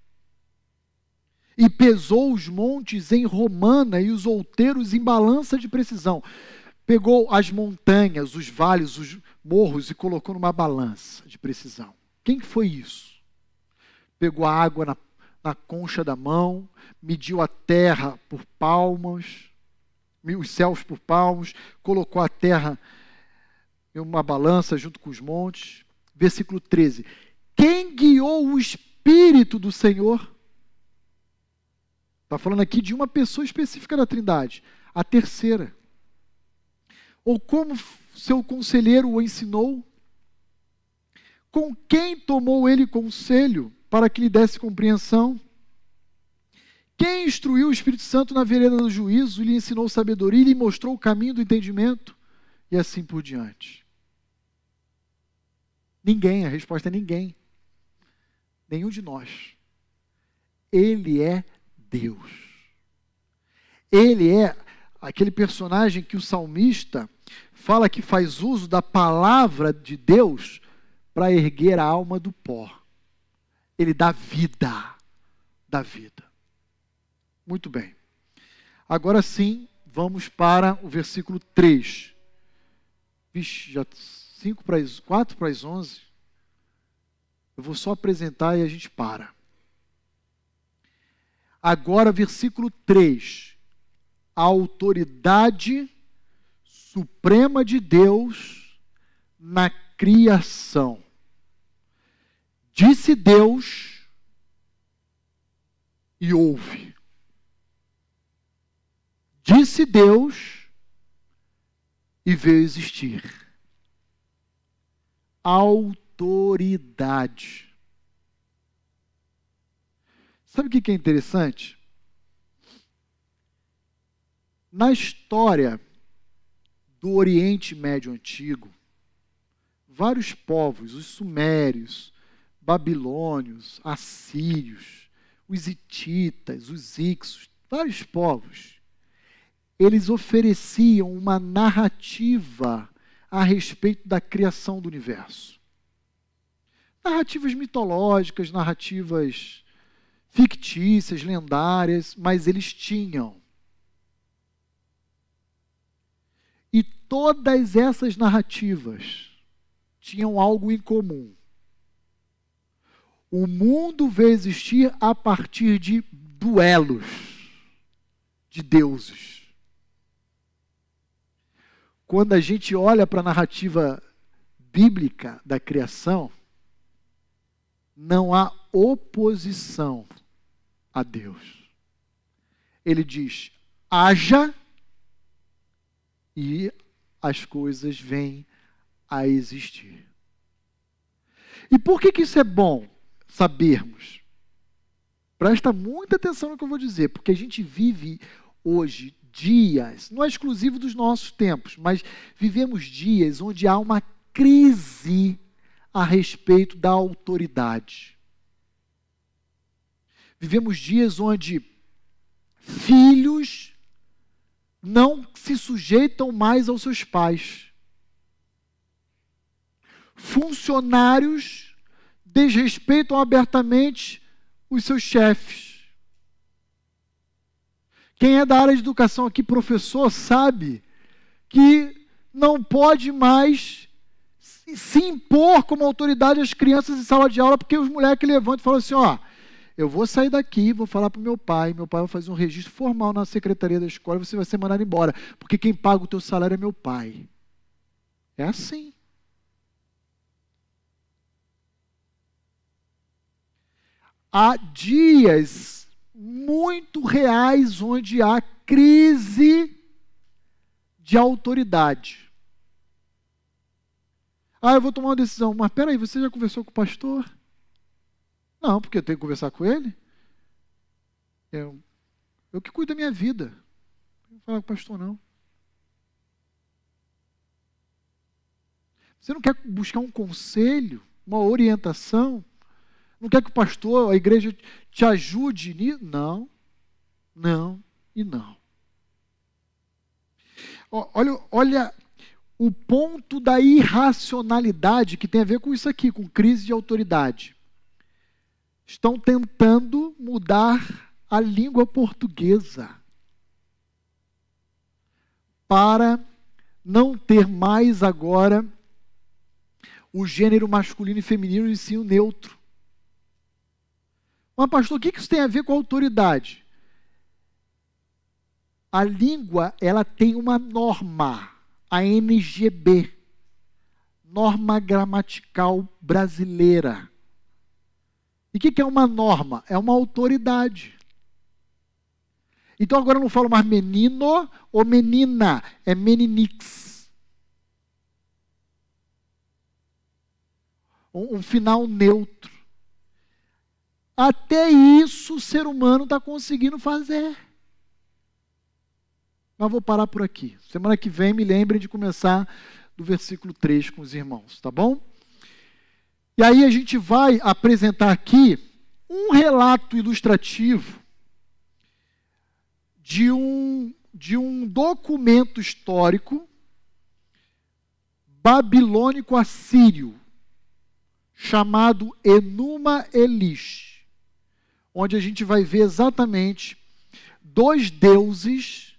E pesou os montes em romana e os outeiros em balança de precisão. Pegou as montanhas, os vales, os morros e colocou numa balança de precisão. Quem foi isso? Pegou a água na, na concha da mão, mediu a terra por palmos, os céus por palmos, colocou a terra em uma balança junto com os montes. Versículo treze. Quem guiou o Espírito do Senhor? Está falando aqui de uma pessoa específica da Trindade, a terceira. Ou como seu conselheiro o ensinou? Com quem tomou ele conselho para que lhe desse compreensão? Quem instruiu o Espírito Santo na vereda do juízo, lhe ensinou sabedoria e lhe mostrou o caminho do entendimento? E assim por diante. Ninguém, a resposta é ninguém. Nenhum de nós. Ele é Deus. Ele é aquele personagem que o salmista fala que faz uso da palavra de Deus para erguer a alma do pó. Ele dá vida, dá vida. Muito bem. Agora sim, vamos para o versículo três. Vixe, já cinco para as quatro para as onze. Eu vou só apresentar e a gente para. Agora, versículo três. A autoridade suprema de Deus na criação. Disse Deus e houve. Disse Deus e veio existir. Autoridade. Sabe o que é interessante? Na história do Oriente Médio Antigo, vários povos, os sumérios, babilônios, assírios, os hititas, os ixos, vários povos, eles ofereciam uma narrativa a respeito da criação do universo. Narrativas mitológicas, narrativas fictícias, lendárias, mas eles tinham. E todas essas narrativas tinham algo em comum. O mundo veio existir a partir de duelos de deuses. Quando a gente olha para a narrativa bíblica da criação, não há oposição a Deus. Ele diz, haja, e as coisas vêm a existir. E por que que isso é bom sabermos? Presta muita atenção no que eu vou dizer, porque a gente vive hoje dias, não é exclusivo dos nossos tempos, mas vivemos dias onde há uma crise a respeito da autoridade. Vivemos dias onde filhos não se sujeitam mais aos seus pais. Funcionários desrespeitam abertamente os seus chefes. Quem é da área de educação aqui, professor, sabe que não pode mais se impor como autoridade às crianças em sala de aula, porque os moleques levantam e falam assim, ó, eu vou sair daqui, vou falar para o meu pai, meu pai vai fazer um registro formal na secretaria da escola e você vai ser mandado embora, porque quem paga o teu salário é meu pai. É assim. Há dias muito reais onde há crise de autoridade. Ah, eu vou tomar uma decisão, mas peraí, você já conversou com o pastor? Não, porque eu tenho que conversar com ele. Eu, eu que cuido da minha vida. Não vou falar com o pastor, não. Você não quer buscar um conselho, uma orientação? Não quer que o pastor, a igreja te ajude nisso? Não, não e não. Olha, olha o ponto da irracionalidade que tem a ver com isso aqui, com crise de autoridade. Estão tentando mudar a língua portuguesa para não ter mais agora o gênero masculino e feminino e sim o neutro. Mas, pastor, o que isso tem a ver com a autoridade? A língua, ela tem uma norma, a N G B, norma gramatical brasileira. E o que é uma norma? É uma autoridade. Então agora eu não falo mais menino ou menina, é meninix. Um, um final neutro. Até isso o ser humano está conseguindo fazer. Mas vou parar por aqui. Semana que vem me lembrem de começar do versículo três com os irmãos, tá bom? E aí a gente vai apresentar aqui um relato ilustrativo de um, de um documento histórico babilônico assírio, chamado Enuma Elish, onde a gente vai ver exatamente dois deuses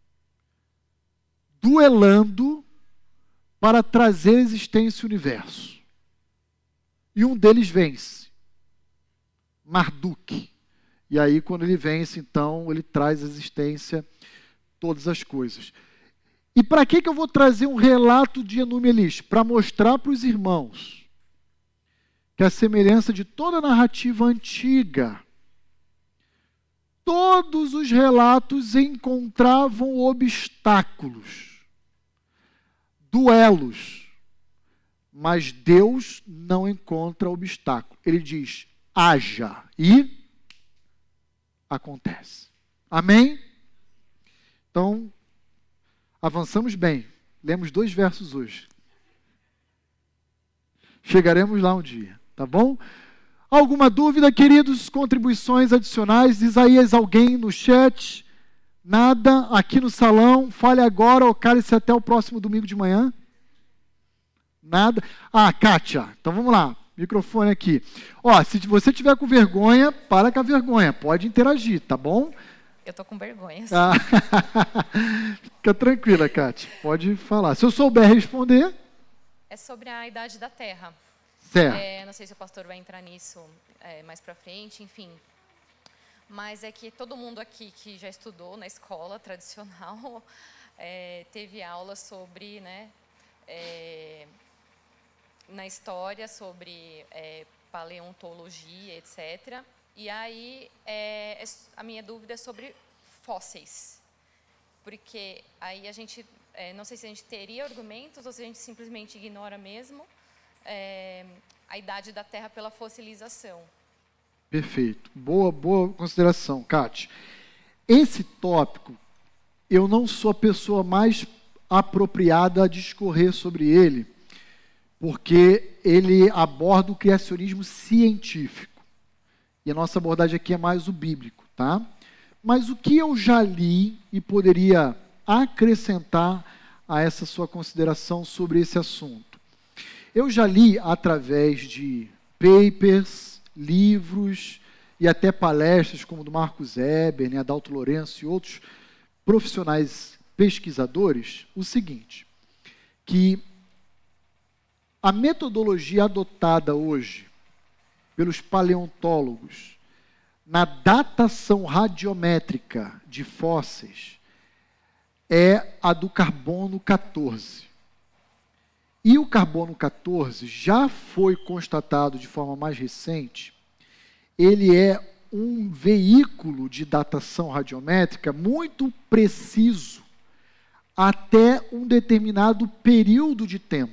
duelando para trazer à existência o universo. E um deles vence, Marduk. E aí, quando ele vence, então, ele traz à existência todas as coisas. E para que, que eu vou trazer um relato de Enuma Elish? Para mostrar para os irmãos que a semelhança de toda a narrativa antiga, todos os relatos encontravam obstáculos, duelos, mas Deus não encontra obstáculo. Ele diz, haja, e acontece. Amém? Então, avançamos bem. Lemos dois versos hoje. Chegaremos lá um dia, tá bom? Alguma dúvida, queridos? Contribuições adicionais? Isaías, alguém no chat? Nada? Aqui no salão? Fale agora ou cale-se até o próximo domingo de manhã? Nada? Ah, Kátia, então vamos lá. Microfone aqui. Ó, se você tiver com vergonha, para com a vergonha. Pode interagir, tá bom? Eu tô com vergonha. Ah, fica tranquila, Kátia. Pode falar. Se eu souber responder... É sobre a idade da Terra. Certo. É, não sei se o pastor vai entrar nisso é, mais para frente, enfim. Mas é que todo mundo aqui que já estudou na escola tradicional é, teve aula sobre, né, é, na história, sobre é, paleontologia, etcétera. E aí é, a minha dúvida é sobre fósseis. Porque aí a gente, é, não sei se a gente teria argumentos ou se a gente simplesmente ignora mesmo é, a idade da Terra pela fossilização. Perfeito. Boa, boa consideração, Kátia. Esse tópico, eu não sou a pessoa mais apropriada a discorrer sobre ele, porque ele aborda o criacionismo científico. E a nossa abordagem aqui é mais o bíblico, tá? Mas o que eu já li e poderia acrescentar a essa sua consideração sobre esse assunto? Eu já li através de papers, livros e até palestras como do Marcos Eber, né, Adalto Lourenço e outros profissionais pesquisadores, o seguinte, que a metodologia adotada hoje pelos paleontólogos na datação radiométrica de fósseis é a do carbono quatorze. E o carbono quatorze já foi constatado de forma mais recente, ele é um veículo de datação radiométrica muito preciso até um determinado período de tempo.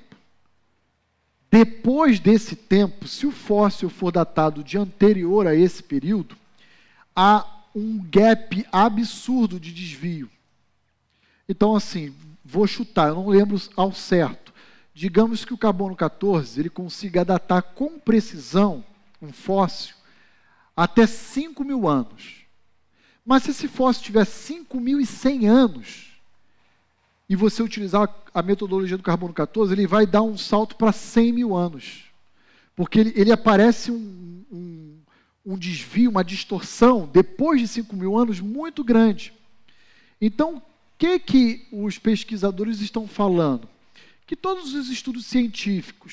Depois desse tempo, se o fóssil for datado de anterior a esse período, há um gap absurdo de desvio. Então, assim, vou chutar, eu não lembro ao certo. Digamos que o carbono quatorze ele consiga datar com precisão um fóssil até cinco mil anos. Mas se esse fóssil tiver cinco mil e cem anos, e você utilizar a metodologia do carbono quatorze, ele vai dar um salto para cem mil anos. Porque ele, ele aparece um, um, um desvio, uma distorção, depois de cinco mil anos, muito grande. Então, o que, que os pesquisadores estão falando? Que todos os estudos científicos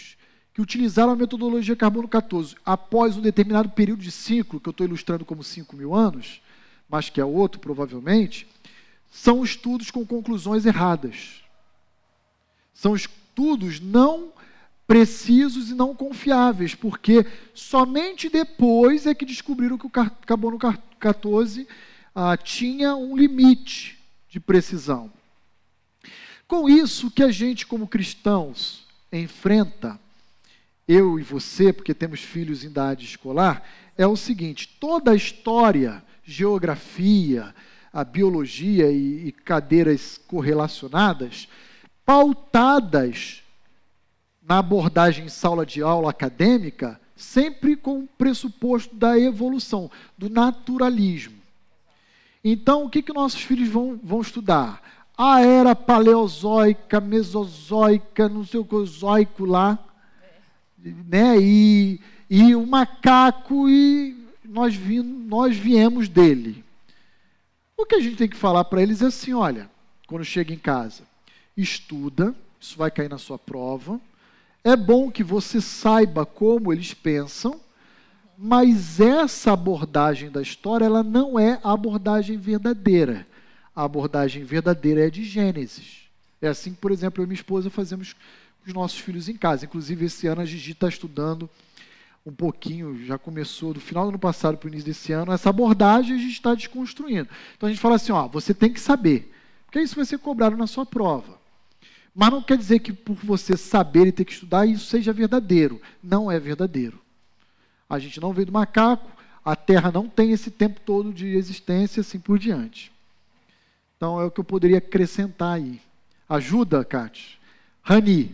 que utilizaram a metodologia carbono quatorze após um determinado período de ciclo, que eu estou ilustrando como cinco mil anos, mas que é outro provavelmente, são estudos com conclusões erradas. São estudos não precisos e não confiáveis, porque somente depois é que descobriram que o carbono quatorze ah, tinha um limite de precisão. Com isso, o que a gente, como cristãos, enfrenta, eu e você, porque temos filhos em idade escolar, é o seguinte: toda a história, geografia, a biologia e, e cadeiras correlacionadas, pautadas na abordagem em sala de aula acadêmica, sempre com o pressuposto da evolução, do naturalismo. Então, o que, que nossos filhos vão, vão estudar? A era paleozoica, mesozoica, não sei o que, zoico lá, né? e, e o macaco, e nós, vi, nós viemos dele. O que a gente tem que falar para eles é assim: olha, quando chega em casa, estuda, isso vai cair na sua prova, é bom que você saiba como eles pensam, mas essa abordagem da história, ela não é a abordagem verdadeira. A abordagem verdadeira é de Gênesis. É assim que, por exemplo, eu e minha esposa fazemos com os nossos filhos em casa. Inclusive, esse ano a Gigi está estudando um pouquinho, já começou do final do ano passado para o início desse ano, essa abordagem a gente está desconstruindo. Então a gente fala assim, ó, você tem que saber, porque isso vai ser cobrado na sua prova. Mas não quer dizer que por você saber e ter que estudar, isso seja verdadeiro. Não é verdadeiro. A gente não veio do macaco, a Terra não tem esse tempo todo de existência, assim por diante. Então é o que eu poderia acrescentar aí. Ajuda, Cátia? Rani.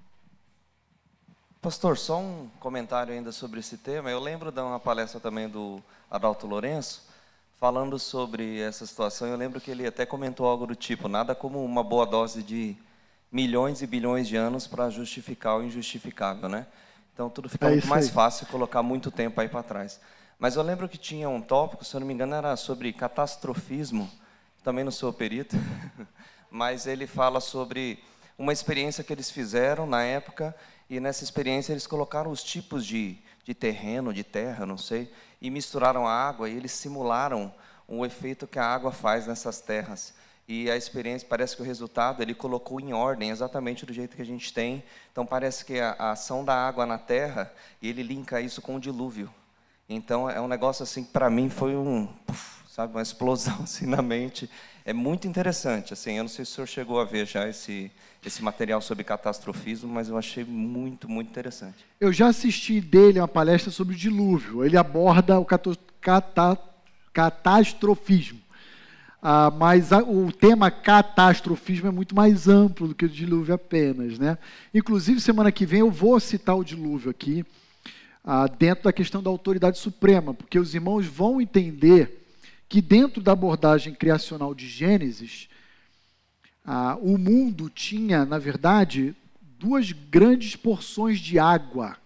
Pastor, só um comentário ainda sobre esse tema. Eu lembro de uma palestra também do Adalto Lourenço, falando sobre essa situação. Eu lembro que ele até comentou algo do tipo, nada como uma boa dose de milhões e bilhões de anos para justificar o injustificável, né? Então tudo fica é muito mais fácil colocar muito tempo aí para trás. Mas eu lembro que tinha um tópico, se eu não me engano, era sobre catastrofismo, também não sou perito, mas ele fala sobre uma experiência que eles fizeram na época, e nessa experiência eles colocaram os tipos de, de terreno, de terra, não sei, e misturaram a água, e eles simularam o efeito que a água faz nessas terras. E a experiência, parece que o resultado, ele colocou em ordem, exatamente do jeito que a gente tem. Então, parece que a, a ação da água na terra, e ele linka isso com o dilúvio. Então, é um negócio assim, que para mim foi um, puff, sabe, uma explosão assim na mente. É muito interessante, assim, eu não sei se o senhor chegou a ver já esse, esse material sobre catastrofismo, mas eu achei muito, muito interessante. Eu já assisti dele uma palestra sobre o dilúvio. Ele aborda o cata, cata, catastrofismo. Ah, mas a, o tema catastrofismo é muito mais amplo do que o dilúvio apenas, né? Inclusive, semana que vem eu vou citar o dilúvio aqui, ah, dentro da questão da autoridade suprema, porque os irmãos vão entender que dentro da abordagem criacional de Gênesis, ah, o mundo tinha, na verdade, duas grandes porções de água.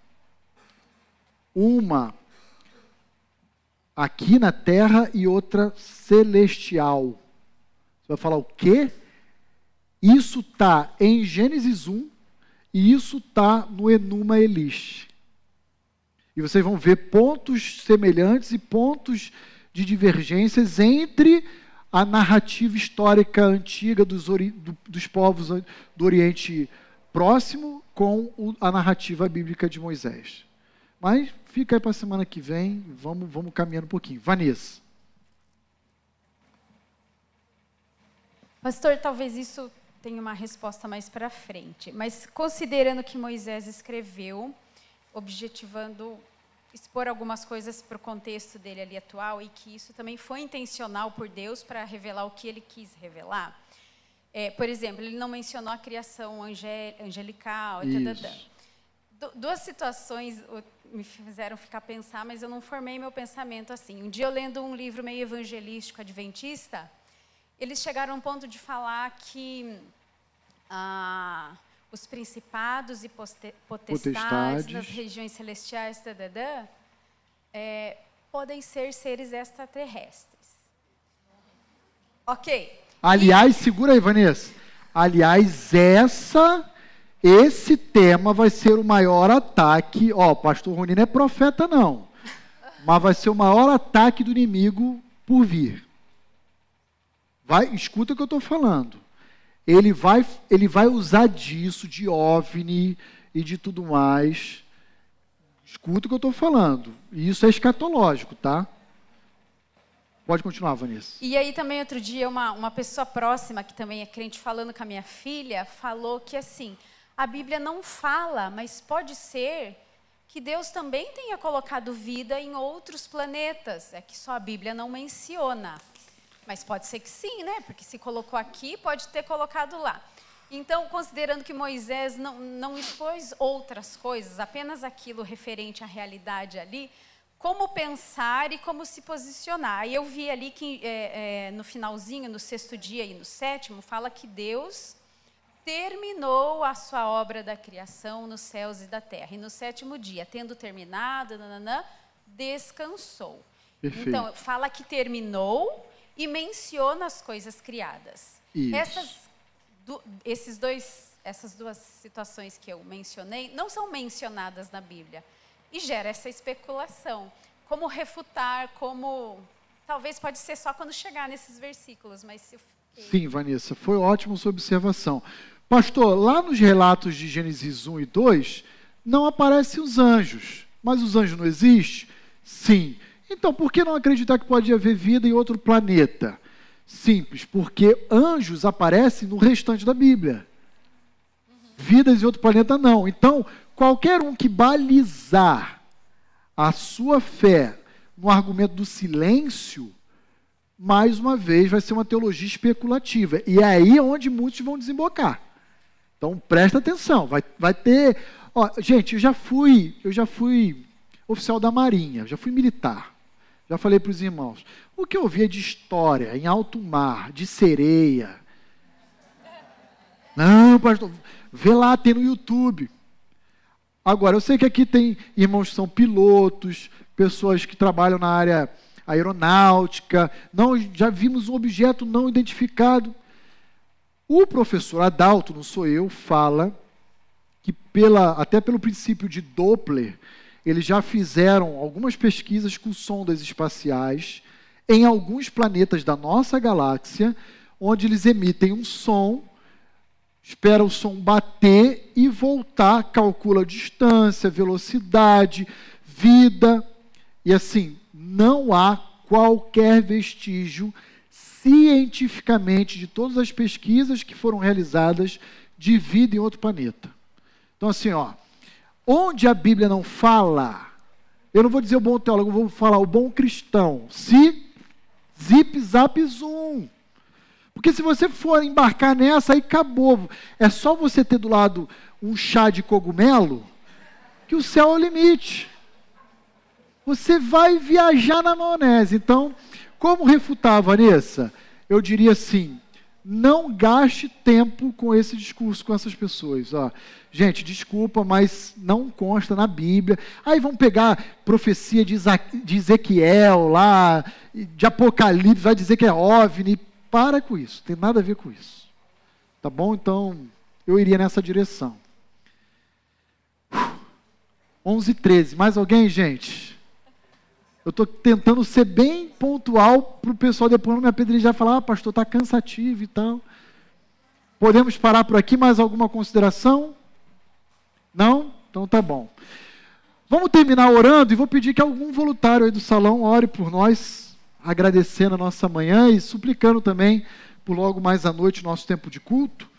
Uma aqui na terra e outra celestial. Você vai falar o quê? Isso está em Gênesis um e isso está no Enuma Elish. E vocês vão ver pontos semelhantes e pontos de divergências entre a narrativa histórica antiga dos, ori do, dos povos do Oriente Próximo com o, a narrativa bíblica de Moisés. Mas fica aí para a semana que vem, vamos, vamos caminhando um pouquinho. Vanessa. Pastor, talvez isso tenha uma resposta mais para frente, mas considerando que Moisés escreveu, objetivando expor algumas coisas para o contexto dele ali atual, e que isso também foi intencional por Deus para revelar o que ele quis revelar. É, por exemplo, ele não mencionou a criação angel, angelical, e tadadã. Duas situações me fizeram ficar pensar, mas eu não formei meu pensamento assim. Um dia, eu lendo um livro meio evangelístico adventista, eles chegaram a um ponto de falar que ah, os principados e potestades, potestades nas regiões celestiais, tadadã, é, podem ser seres extraterrestres. Ok. Aliás, e... segura aí, Vanessa. Aliás, essa esse tema vai ser o maior ataque. Ó, o pastor Rony não é profeta, não. Mas vai ser o maior ataque do inimigo por vir. Vai, escuta o que eu estou falando. Ele vai, ele vai usar disso, de OVNI e de tudo mais. Escuta o que eu estou falando. E isso é escatológico, tá? Pode continuar, Vanessa. E aí também outro dia uma, uma pessoa próxima, que também é crente, falando com a minha filha, falou que assim, a Bíblia não fala, mas pode ser que Deus também tenha colocado vida em outros planetas. É que só a Bíblia não menciona. Mas pode ser que sim, né? Porque se colocou aqui, pode ter colocado lá. Então, considerando que Moisés não, não expôs outras coisas, apenas aquilo referente à realidade ali, como pensar e como se posicionar. Aí eu vi ali que é, é, no finalzinho, no sexto dia e no sétimo, fala que Deus terminou a sua obra da criação nos céus e da terra. E no sétimo dia, tendo terminado, nananã, descansou. Perfeito. Então, fala que terminou e menciona as coisas criadas. Isso. Essas, do, esses dois, essas duas situações que eu mencionei não são mencionadas na Bíblia. E gera essa especulação. Como refutar, como... Talvez pode ser só quando chegar nesses versículos, mas se eu... Sim, Vanessa, foi ótima sua observação. Pastor, lá nos relatos de Gênesis um e dois, não aparecem os anjos. Mas os anjos não existem? Sim. Então, por que não acreditar que pode haver vida em outro planeta? Simples, porque anjos aparecem no restante da Bíblia. Vidas em outro planeta, não. Então, qualquer um que balizar a sua fé no argumento do silêncio, mais uma vez, vai ser uma teologia especulativa. E é aí onde muitos vão desembocar. Então, presta atenção. Vai, vai ter... Ó, gente, eu já fui, eu já fui oficial da Marinha, já fui militar. Já falei para os irmãos. O que eu ouvia de história em alto mar, de sereia... Não, pastor, vê lá, tem no YouTube. Agora, eu sei que aqui tem irmãos que são pilotos, pessoas que trabalham na área aeronáutica, não, já vimos um objeto não identificado. O professor Adalto, não sou eu, fala que pela, até pelo princípio de Doppler, eles já fizeram algumas pesquisas com sondas espaciais em alguns planetas da nossa galáxia, onde eles emitem um som, espera o som bater e voltar, calcula a distância, velocidade, vida. E assim, não há qualquer vestígio cientificamente de todas as pesquisas que foram realizadas de vida em outro planeta. Então assim, ó, onde a Bíblia não fala, eu não vou dizer o bom teólogo, eu vou falar o bom cristão. Se, zip, zap, zoom. Porque se você for embarcar nessa, aí acabou. É só você ter do lado um chá de cogumelo, que o céu é o limite. Você vai viajar na maionese. Então, como refutar, Vanessa? Eu diria assim, não gaste tempo com esse discurso, com essas pessoas. Ó, gente, desculpa, mas não consta na Bíblia. Aí vão pegar profecia de Ezequiel lá, de Apocalipse, vai dizer que é OVNI. Para com isso, tem nada a ver com isso. Tá bom? Então, eu iria nessa direção. onze e treze. Mais alguém, gente? Eu estou tentando ser bem pontual para o pessoal depois não me apedrejar e falar, ah, pastor, está cansativo e tal. Podemos parar por aqui? Mais alguma consideração? Não? Então tá bom. Vamos terminar orando e vou pedir que algum voluntário aí do salão ore por nós, agradecendo a nossa manhã e suplicando também por logo mais à noite nosso tempo de culto.